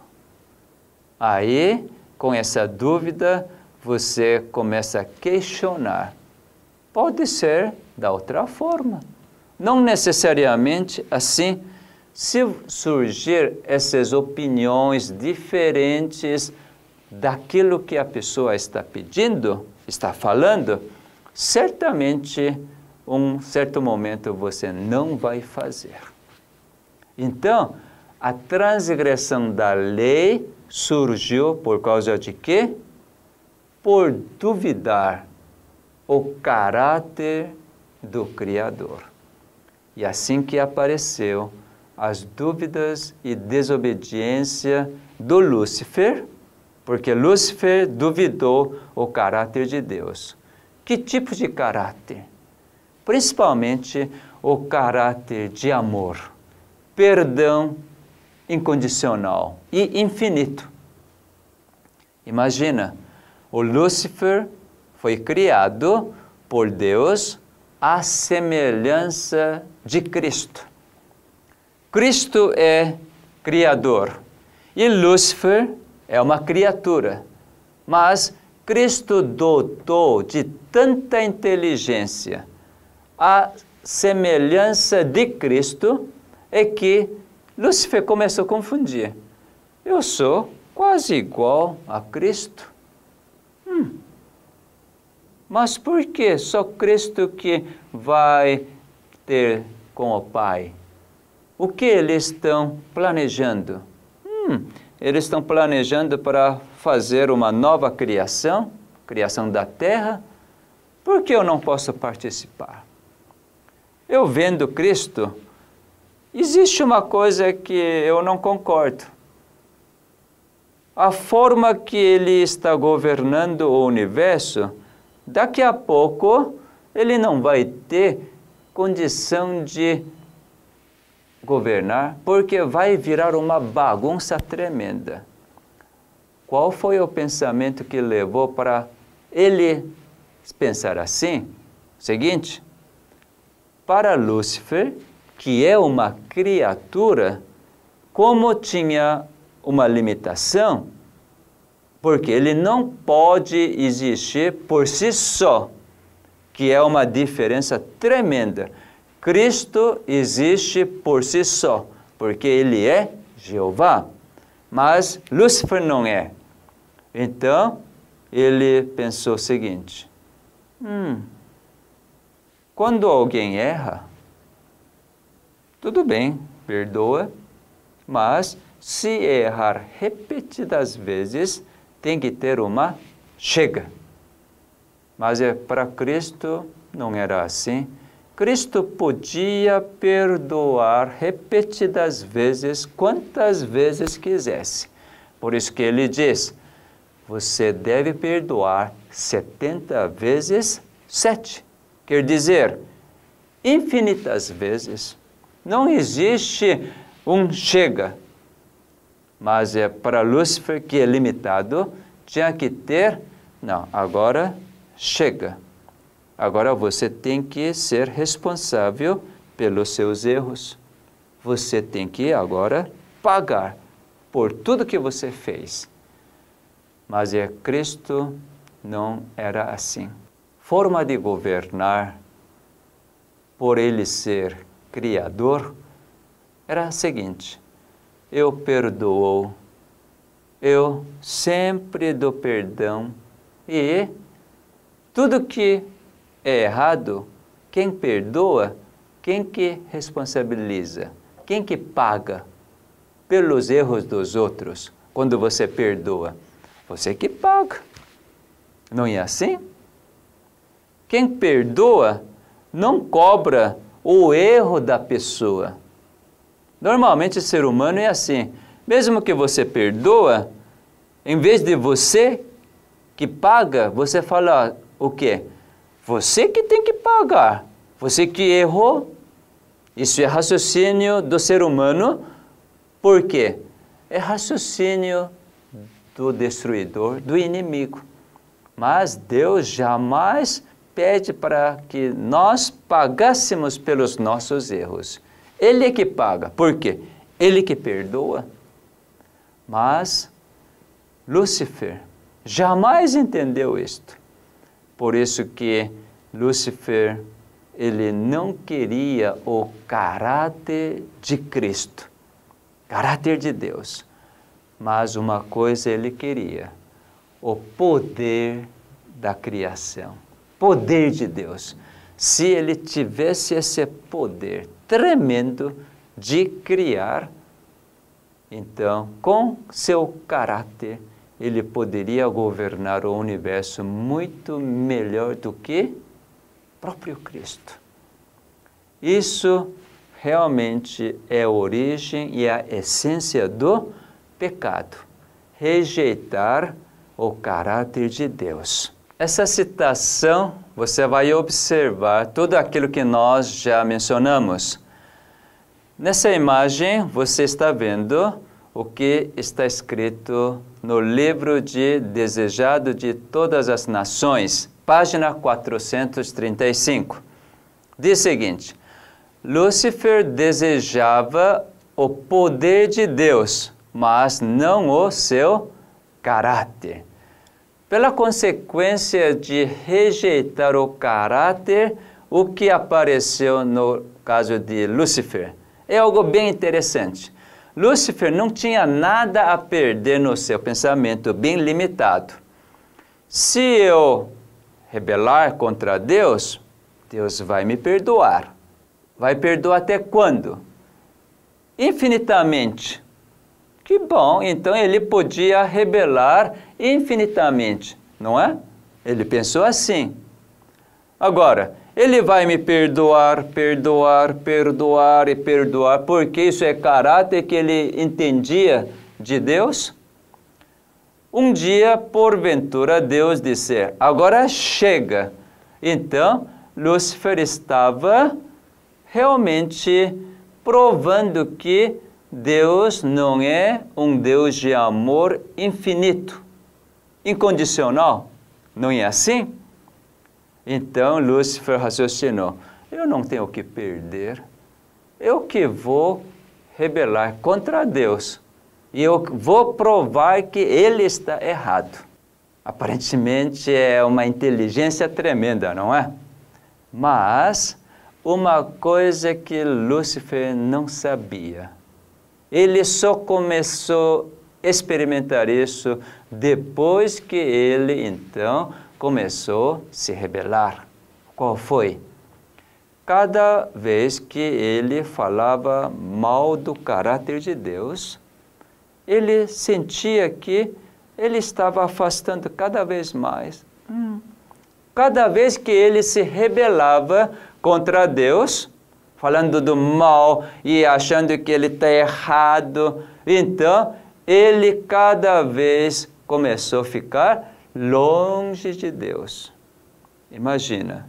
Aí, com essa dúvida, você começa a questionar. Pode ser da outra forma. Não necessariamente assim. Se surgir essas opiniões diferentes daquilo que a pessoa está pedindo, está falando, certamente, um certo momento você não vai fazer. Então, a transgressão da lei surgiu por causa de quê? Por duvidar o caráter do Criador. E assim que apareceu as dúvidas e desobediência do Lúcifer, porque Lúcifer duvidou o caráter de Deus. Que tipo de caráter? Principalmente o caráter de amor, perdão incondicional e infinito. Imagina, o Lúcifer foi criado por Deus à semelhança de Cristo. Cristo é Criador e Lúcifer é uma criatura, mas Cristo dotou de tanta inteligência a semelhança de Cristo é que Lúcifer começou a confundir. Eu sou quase igual a Cristo. Hum. Mas por que só Cristo que vai ter com o Pai? O que eles estão planejando? Hum, eles estão planejando para fazer uma nova criação, criação da terra. Por que eu não posso participar? Eu vendo Cristo, existe uma coisa que eu não concordo. A forma que Ele está governando o universo, daqui a pouco Ele não vai ter condição de governar, porque vai virar uma bagunça tremenda. Qual foi o pensamento que levou para ele pensar assim? Seguinte, para Lúcifer, que é uma criatura, como tinha uma limitação, porque ele não pode existir por si só, que é uma diferença tremenda. Cristo existe por si só, porque Ele é Jeová, mas Lúcifer não é. Então, ele pensou o seguinte, hum, quando alguém erra, tudo bem, perdoa, mas se errar repetidas vezes, tem que ter uma chega. Mas é, para Cristo não era assim. Cristo podia perdoar repetidas vezes, quantas vezes quisesse. Por isso que ele diz, você deve perdoar setenta vezes sete. Quer dizer, infinitas vezes. Não existe um chega. Mas é para Lúcifer, que é limitado, tinha que ter, não, agora chega. Agora você tem que ser responsável pelos seus erros. Você tem que agora pagar por tudo que você fez. Mas é Cristo não era assim. Forma de governar, por ele ser criador, era a seguinte, eu perdoo, eu sempre dou perdão e tudo que é errado, quem perdoa, quem que responsabiliza, quem que paga pelos erros dos outros quando você perdoa? Você que paga. Não é assim? Quem perdoa não cobra o erro da pessoa. Normalmente o ser humano é assim. Mesmo que você perdoa, em vez de você que paga, você fala o quê? Você que tem que pagar. Você que errou. Isso é raciocínio do ser humano. Por quê? É raciocínio do destruidor, do inimigo. Mas Deus jamais pede para que nós pagássemos pelos nossos erros. Ele é que paga. Por quê? Ele que perdoa. Mas Lúcifer jamais entendeu isto. Por isso que Lúcifer, ele não queria o caráter de Cristo, caráter de Deus. Mas uma coisa ele queria, o poder da criação, poder de Deus. Se ele tivesse esse poder tremendo de criar, então, com seu caráter, ele poderia governar o universo muito melhor do que o próprio Cristo. Isso realmente é a origem e a essência do pecado. Rejeitar o caráter de Deus. Essa citação, você vai observar tudo aquilo que nós já mencionamos. Nessa imagem, você está vendo o que está escrito no livro de Desejado de Todas as Nações, página quatrocentos e trinta e cinco. Diz o seguinte, Lúcifer desejava o poder de Deus, mas não o seu caráter. Pela consequência de rejeitar o caráter, o que apareceu no caso de Lúcifer é algo bem interessante. Lúcifer não tinha nada a perder no seu pensamento bem limitado. Se eu rebelar contra Deus, Deus vai me perdoar. Vai perdoar até quando? Infinitamente. Que bom, então ele podia rebelar infinitamente, não é? Ele pensou assim. Agora, ele vai me perdoar, perdoar, perdoar e perdoar, porque isso é caráter que ele entendia de Deus? Um dia, porventura, Deus disse, agora chega. Então, Lúcifer estava realmente provando que Deus não é um Deus de amor infinito, incondicional. Não é assim? Então, Lúcifer raciocinou, eu não tenho o que perder, eu que vou rebelar contra Deus, e eu vou provar que ele está errado. Aparentemente é uma inteligência tremenda, não é? Mas uma coisa que Lúcifer não sabia, ele só começou a experimentar isso depois que ele, então, começou a se rebelar. Qual foi? Cada vez que ele falava mal do caráter de Deus, ele sentia que ele estava afastando cada vez mais. Hum. Cada vez que ele se rebelava contra Deus, falando do mal e achando que ele está errado, então ele cada vez começou a ficar longe de Deus. Imagina,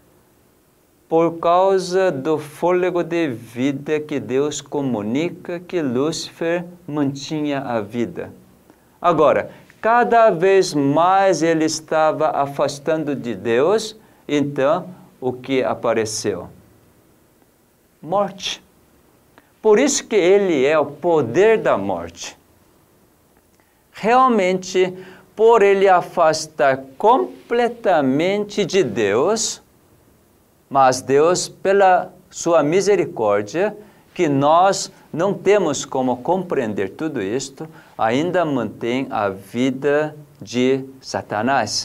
por causa do fôlego de vida que Deus comunica, que Lúcifer mantinha a vida. Agora, cada vez mais ele estava afastando de Deus, então o que apareceu? Morte. Por isso que ele é o poder da morte. Realmente, por ele afastar completamente de Deus, mas Deus, pela sua misericórdia, que nós não temos como compreender tudo isto, ainda mantém a vida de Satanás.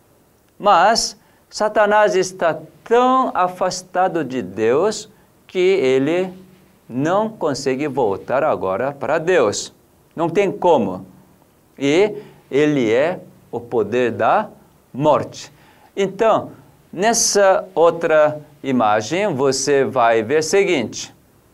Mas Satanás está tão afastado de Deus que ele não consegue voltar agora para Deus. Não tem como. E ele é o poder da morte. Então, nessa outra imagem, você vai ver o seguinte.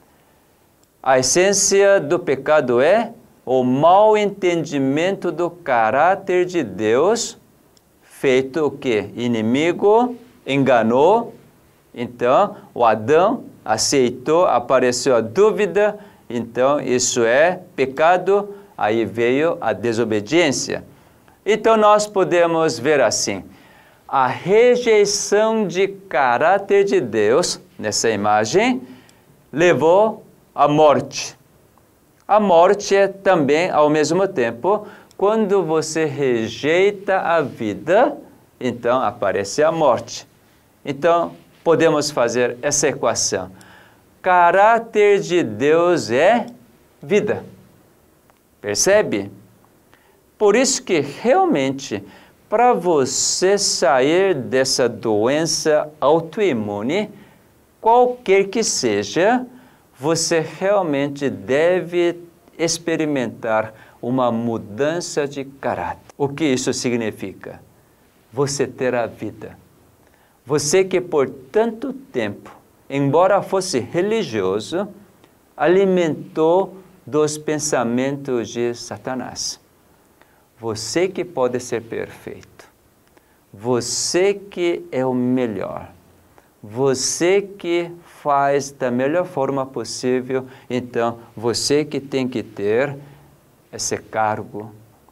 A essência do pecado é o mau entendimento do caráter de Deus, feito o quê? Inimigo, enganou, então o Adão aceitou, apareceu a dúvida, então isso é pecado, aí veio a desobediência. Então nós podemos ver assim, a rejeição de caráter de Deus, nessa imagem, levou à morte. A morte é também, ao mesmo tempo, quando você rejeita a vida, então aparece a morte. Então, podemos fazer essa equação. Caráter de Deus é vida. Percebe? Por isso que realmente, para você sair dessa doença autoimune, qualquer que seja, você realmente deve experimentar uma mudança de caráter. O que isso significa? Você ter a vida. Você que por tanto tempo, embora fosse religioso, alimentou dos pensamentos de Satanás. Você que pode ser perfeito. Você que é o melhor. Você que faz da melhor forma possível, então você que tem que ter esse cargo.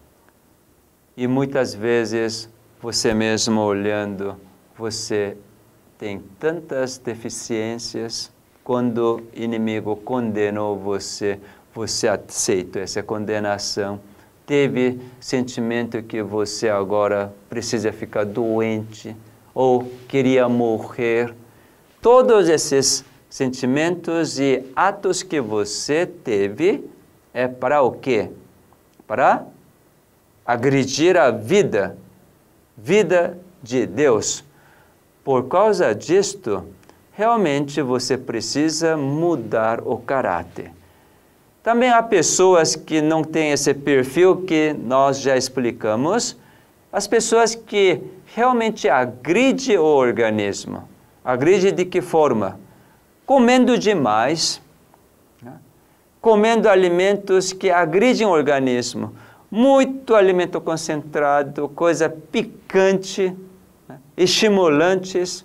E muitas vezes, você mesmo olhando, você tem tantas deficiências, quando o inimigo condenou você, você aceita essa condenação, teve sentimento que você agora precisa ficar doente, ou queria morrer. Todos esses sentimentos e atos que você teve é para o quê? Para agredir a vida, vida de Deus. Por causa disto, realmente você precisa mudar o caráter. Também há pessoas que não têm esse perfil que nós já explicamos, as pessoas que realmente agridem o organismo. Agride de que forma? Comendo demais, né? Comendo alimentos que agridem o organismo, muito alimento concentrado, coisa picante, né? Estimulantes,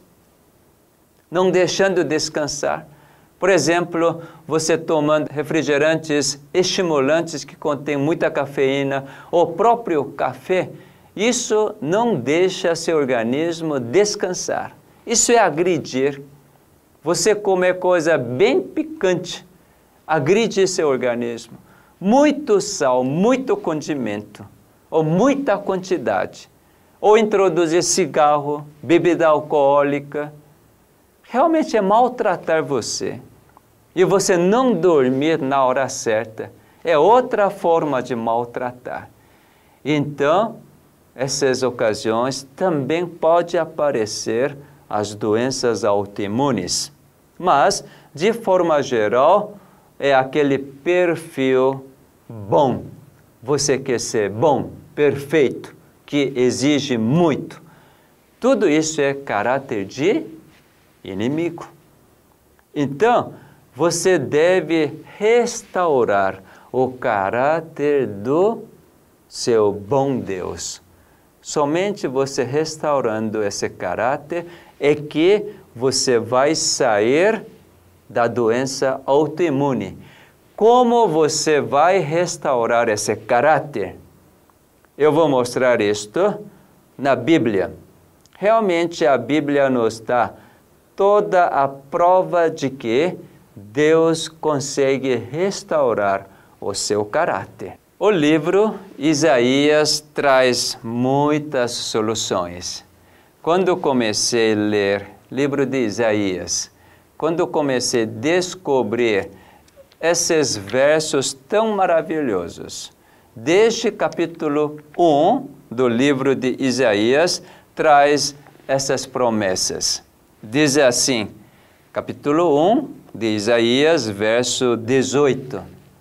não deixando descansar. Por exemplo, você tomando refrigerantes estimulantes que contêm muita cafeína, ou próprio café, isso não deixa seu organismo descansar. Isso é agredir. Você comer coisa bem picante, agride seu organismo. Muito sal, muito condimento, ou muita quantidade. Ou introduzir cigarro, bebida alcoólica. Realmente é maltratar você. E você não dormir na hora certa é outra forma de maltratar. Então, essas ocasiões também pode aparecer as doenças autoimunes. Mas, de forma geral, é aquele perfil bom. Você quer ser bom, perfeito, que exige muito. Tudo isso é caráter de inimigo. Então, você deve restaurar o caráter do seu bom Deus. Somente você restaurando esse caráter é que você vai sair da doença autoimune. Como você vai restaurar esse caráter? Eu vou mostrar isto na Bíblia. Realmente a Bíblia nos dá toda a prova de que Deus consegue restaurar o seu caráter. O livro Isaías traz muitas soluções. Quando comecei a ler o livro de Isaías, quando comecei a descobrir esses versos tão maravilhosos, desde capítulo um do livro de Isaías, traz essas promessas. Diz assim, capítulo um de Isaías, verso dezoito.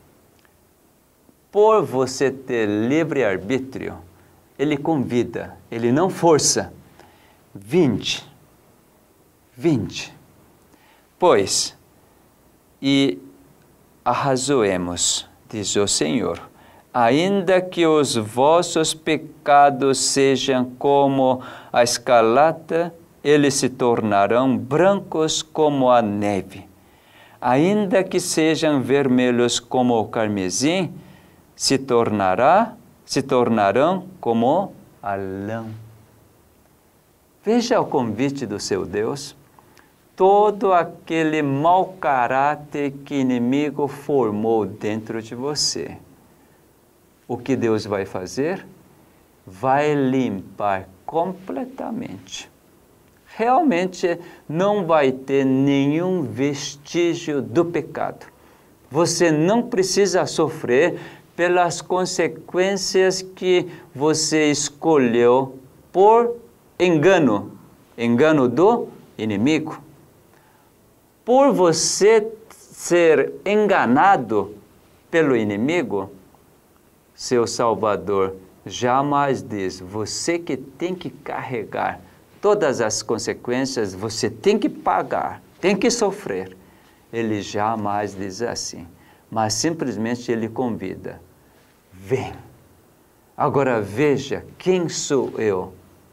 Por você ter livre-arbítrio, ele convida, ele não força. Vinde, vinde. Pois, e arrazoemos, diz o Senhor, ainda que os vossos pecados sejam como a escarlata, eles se tornarão brancos como a neve. Ainda que sejam vermelhos como o carmesim, se tornará, se tornarão como a lã. Veja o convite do seu Deus. Todo aquele mau caráter que o inimigo formou dentro de você. O que Deus vai fazer? Vai limpar completamente. Realmente não vai ter nenhum vestígio do pecado. Você não precisa sofrer pelas consequências que você escolheu por engano, engano do inimigo. Por você ser enganado pelo inimigo, seu Salvador jamais diz, você que tem que carregar todas as consequências, você tem que pagar, tem que sofrer. Ele jamais diz assim, mas simplesmente ele convida, vem. Agora veja quem sou eu.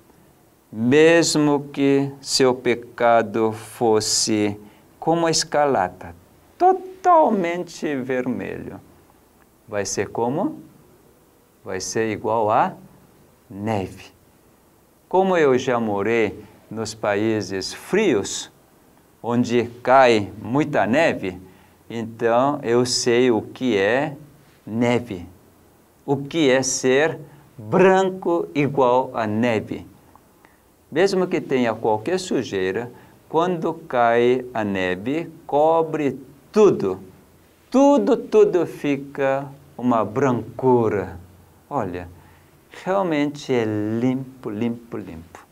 Mesmo que seu pecado fosse como a escarlata, totalmente vermelho, vai ser como? Vai ser igual a neve. Como eu já morei nos países frios, onde cai muita neve, então eu sei o que é neve, o que é ser branco igual a neve. Mesmo que tenha qualquer sujeira, quando cai a neve, cobre tudo, tudo, tudo fica uma brancura. Olha, realmente é limpo, limpo, limpo.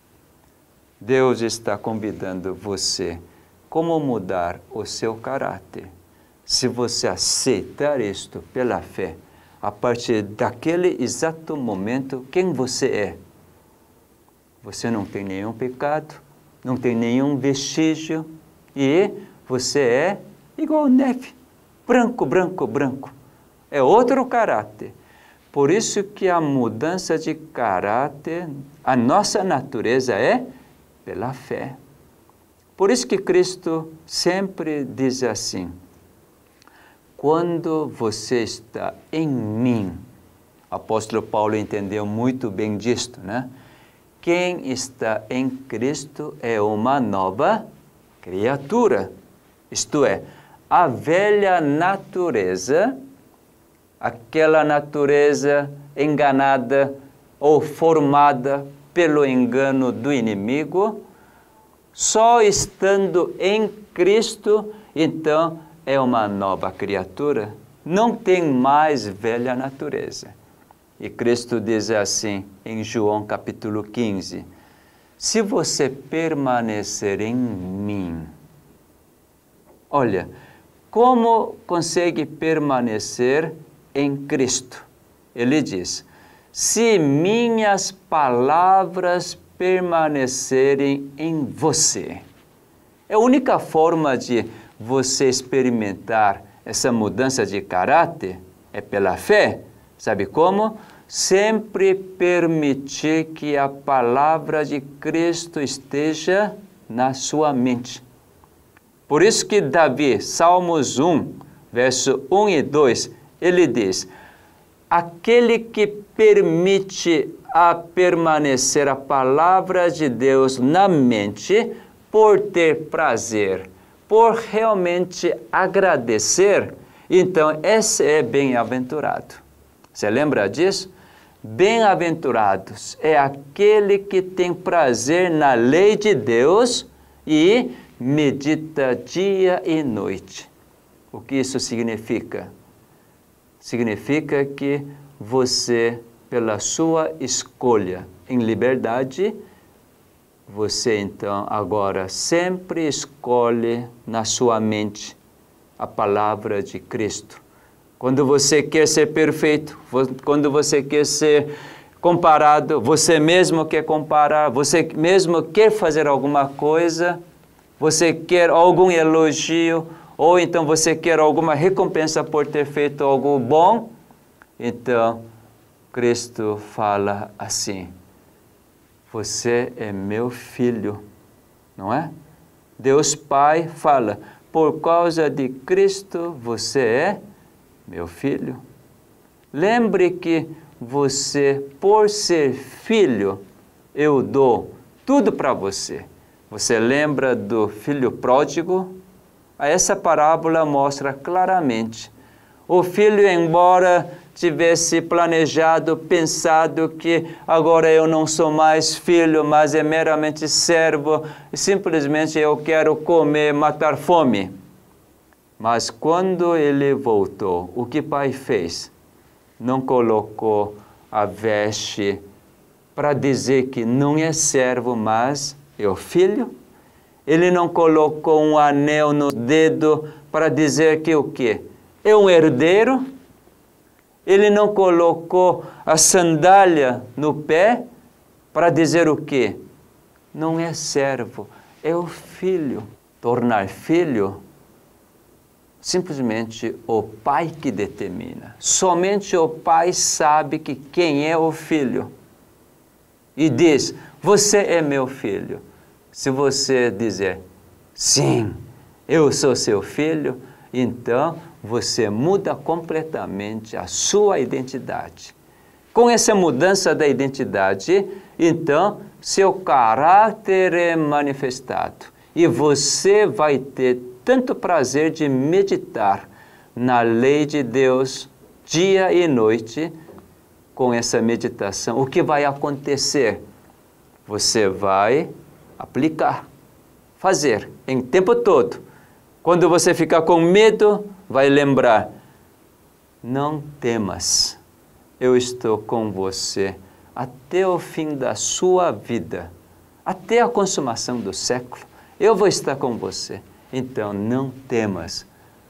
Deus está convidando você como mudar o seu caráter. Se você aceitar isto pela fé, a partir daquele exato momento, quem você é? Você não tem nenhum pecado, não tem nenhum vestígio, e você é igual neve, branco, branco, branco. É outro caráter. Por isso que a mudança de caráter, a nossa natureza é pela fé. Por isso que Cristo sempre diz assim, quando você está em mim, o apóstolo Paulo entendeu muito bem disto, né? Quem está em Cristo é uma nova criatura. Isto é, a velha natureza, aquela natureza enganada ou formada pelo engano do inimigo, só estando em Cristo, então é uma nova criatura. Não tem mais velha natureza. E Cristo diz assim em João capítulo quinze, se você permanecer em mim, olha, como consegue permanecer em Cristo? Ele diz, se minhas palavras permanecerem em você. É a única forma de você experimentar essa mudança de caráter é pela fé. Sabe como? Sempre permitir que a palavra de Cristo esteja na sua mente. Por isso que Davi, Salmos um, verso um e dois, ele diz, aquele que permite a permanecer a palavra de Deus na mente, por ter prazer, por realmente agradecer, então esse é bem-aventurado. Você lembra disso? Bem-aventurados é aquele que tem prazer na lei de Deus e medita dia e noite. O que isso significa? Significa que você, pela sua escolha em liberdade, você então agora sempre escolhe na sua mente a palavra de Cristo. Quando você quer ser perfeito, quando você quer ser comparado, você mesmo quer comparar, você mesmo quer fazer alguma coisa, você quer algum elogio, ou então você quer alguma recompensa por ter feito algo bom, então Cristo fala assim, você é meu filho, não é? Deus Pai fala, por causa de Cristo você é meu filho. Lembre que você, por ser filho, eu dou tudo para você. Você lembra do filho pródigo? Essa parábola mostra claramente. O filho, embora tivesse planejado, pensado que agora eu não sou mais filho, mas é meramente servo, e simplesmente eu quero comer, matar fome. Mas quando ele voltou, o que o pai fez? Não colocou a veste para dizer que não é servo, mas é o filho. Ele não colocou um anel no dedo para dizer que o quê? É um herdeiro. Ele não colocou a sandália no pé para dizer o quê? Não é servo, é o filho. Tornar filho, simplesmente o pai que determina. Somente o pai sabe que quem é o filho. E diz, você é meu filho. Se você dizer, sim, eu sou seu filho, então você muda completamente a sua identidade. Com essa mudança da identidade, então, seu caráter é manifestado. E você vai ter tanto prazer de meditar na lei de Deus, dia e noite, com essa meditação. O que vai acontecer? Você vai aplicar, fazer, em tempo todo. Quando você ficar com medo, vai lembrar, não temas, eu estou com você até o fim da sua vida, até a consumação do século, eu vou estar com você. Então, não temas.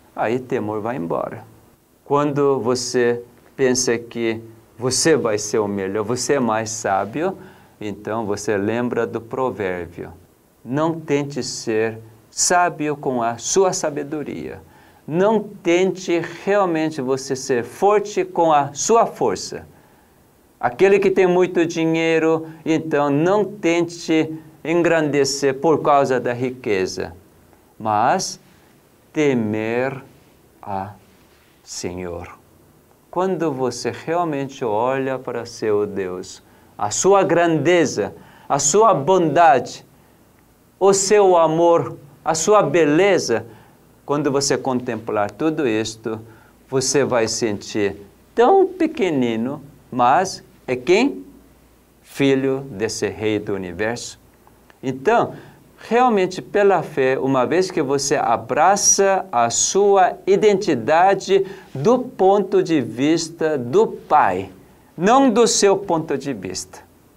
aí temor vai embora. Quando você pensa que você vai ser o melhor, você é mais sábio, então você lembra do provérbio. Não tente ser sábio com a sua sabedoria. Não tente realmente você ser forte com a sua força. Aquele que tem muito dinheiro, então não tente engrandecer por causa da riqueza, mas temer a Senhor. Quando você realmente olha para seu Deus, a sua grandeza, a sua bondade, o seu amor, a sua beleza, quando você contemplar tudo isto, você vai sentir tão pequenino, mas é quem? Filho desse Rei do Universo. Então, realmente pela fé, uma vez que você abraça a sua identidade do ponto de vista do Pai, não do seu ponto de vista.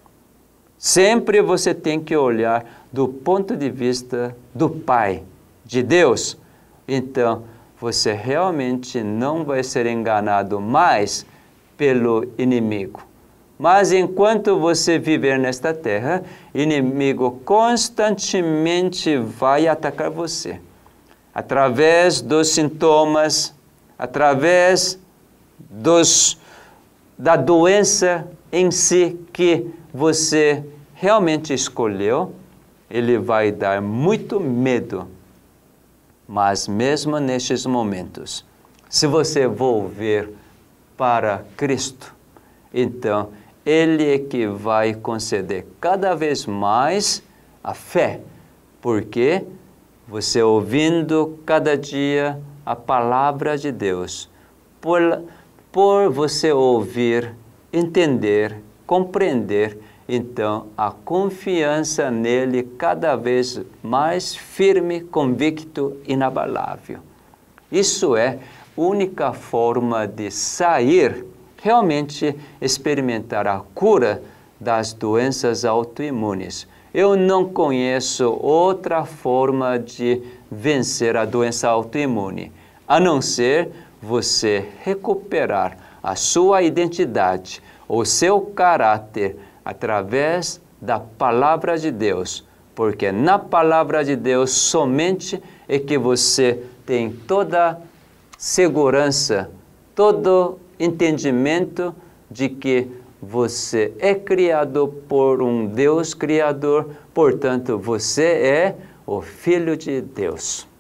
Sempre você tem que olhar do ponto de vista do Pai, de Deus. Então, você realmente não vai ser enganado mais pelo inimigo. Mas enquanto você viver nesta terra, o inimigo constantemente vai atacar você. Através dos sintomas, através dos, da doença em si que você realmente escolheu, ele vai dar muito medo. Mas mesmo nestes momentos, se você volver para Cristo, então Ele é que vai conceder cada vez mais a fé, porque você ouvindo cada dia a palavra de Deus, por, por você ouvir, entender, compreender, então a confiança nele cada vez mais firme, convicto, inabalável. Isso é a única forma de sair, realmente experimentar a cura das doenças autoimunes. Eu não conheço outra forma de vencer a doença autoimune, a não ser você recuperar a sua identidade, o seu caráter, através da palavra de Deus, porque na palavra de Deus somente é que você tem toda segurança, todo entendimento de que você é criado por um Deus Criador, portanto, você é o Filho de Deus.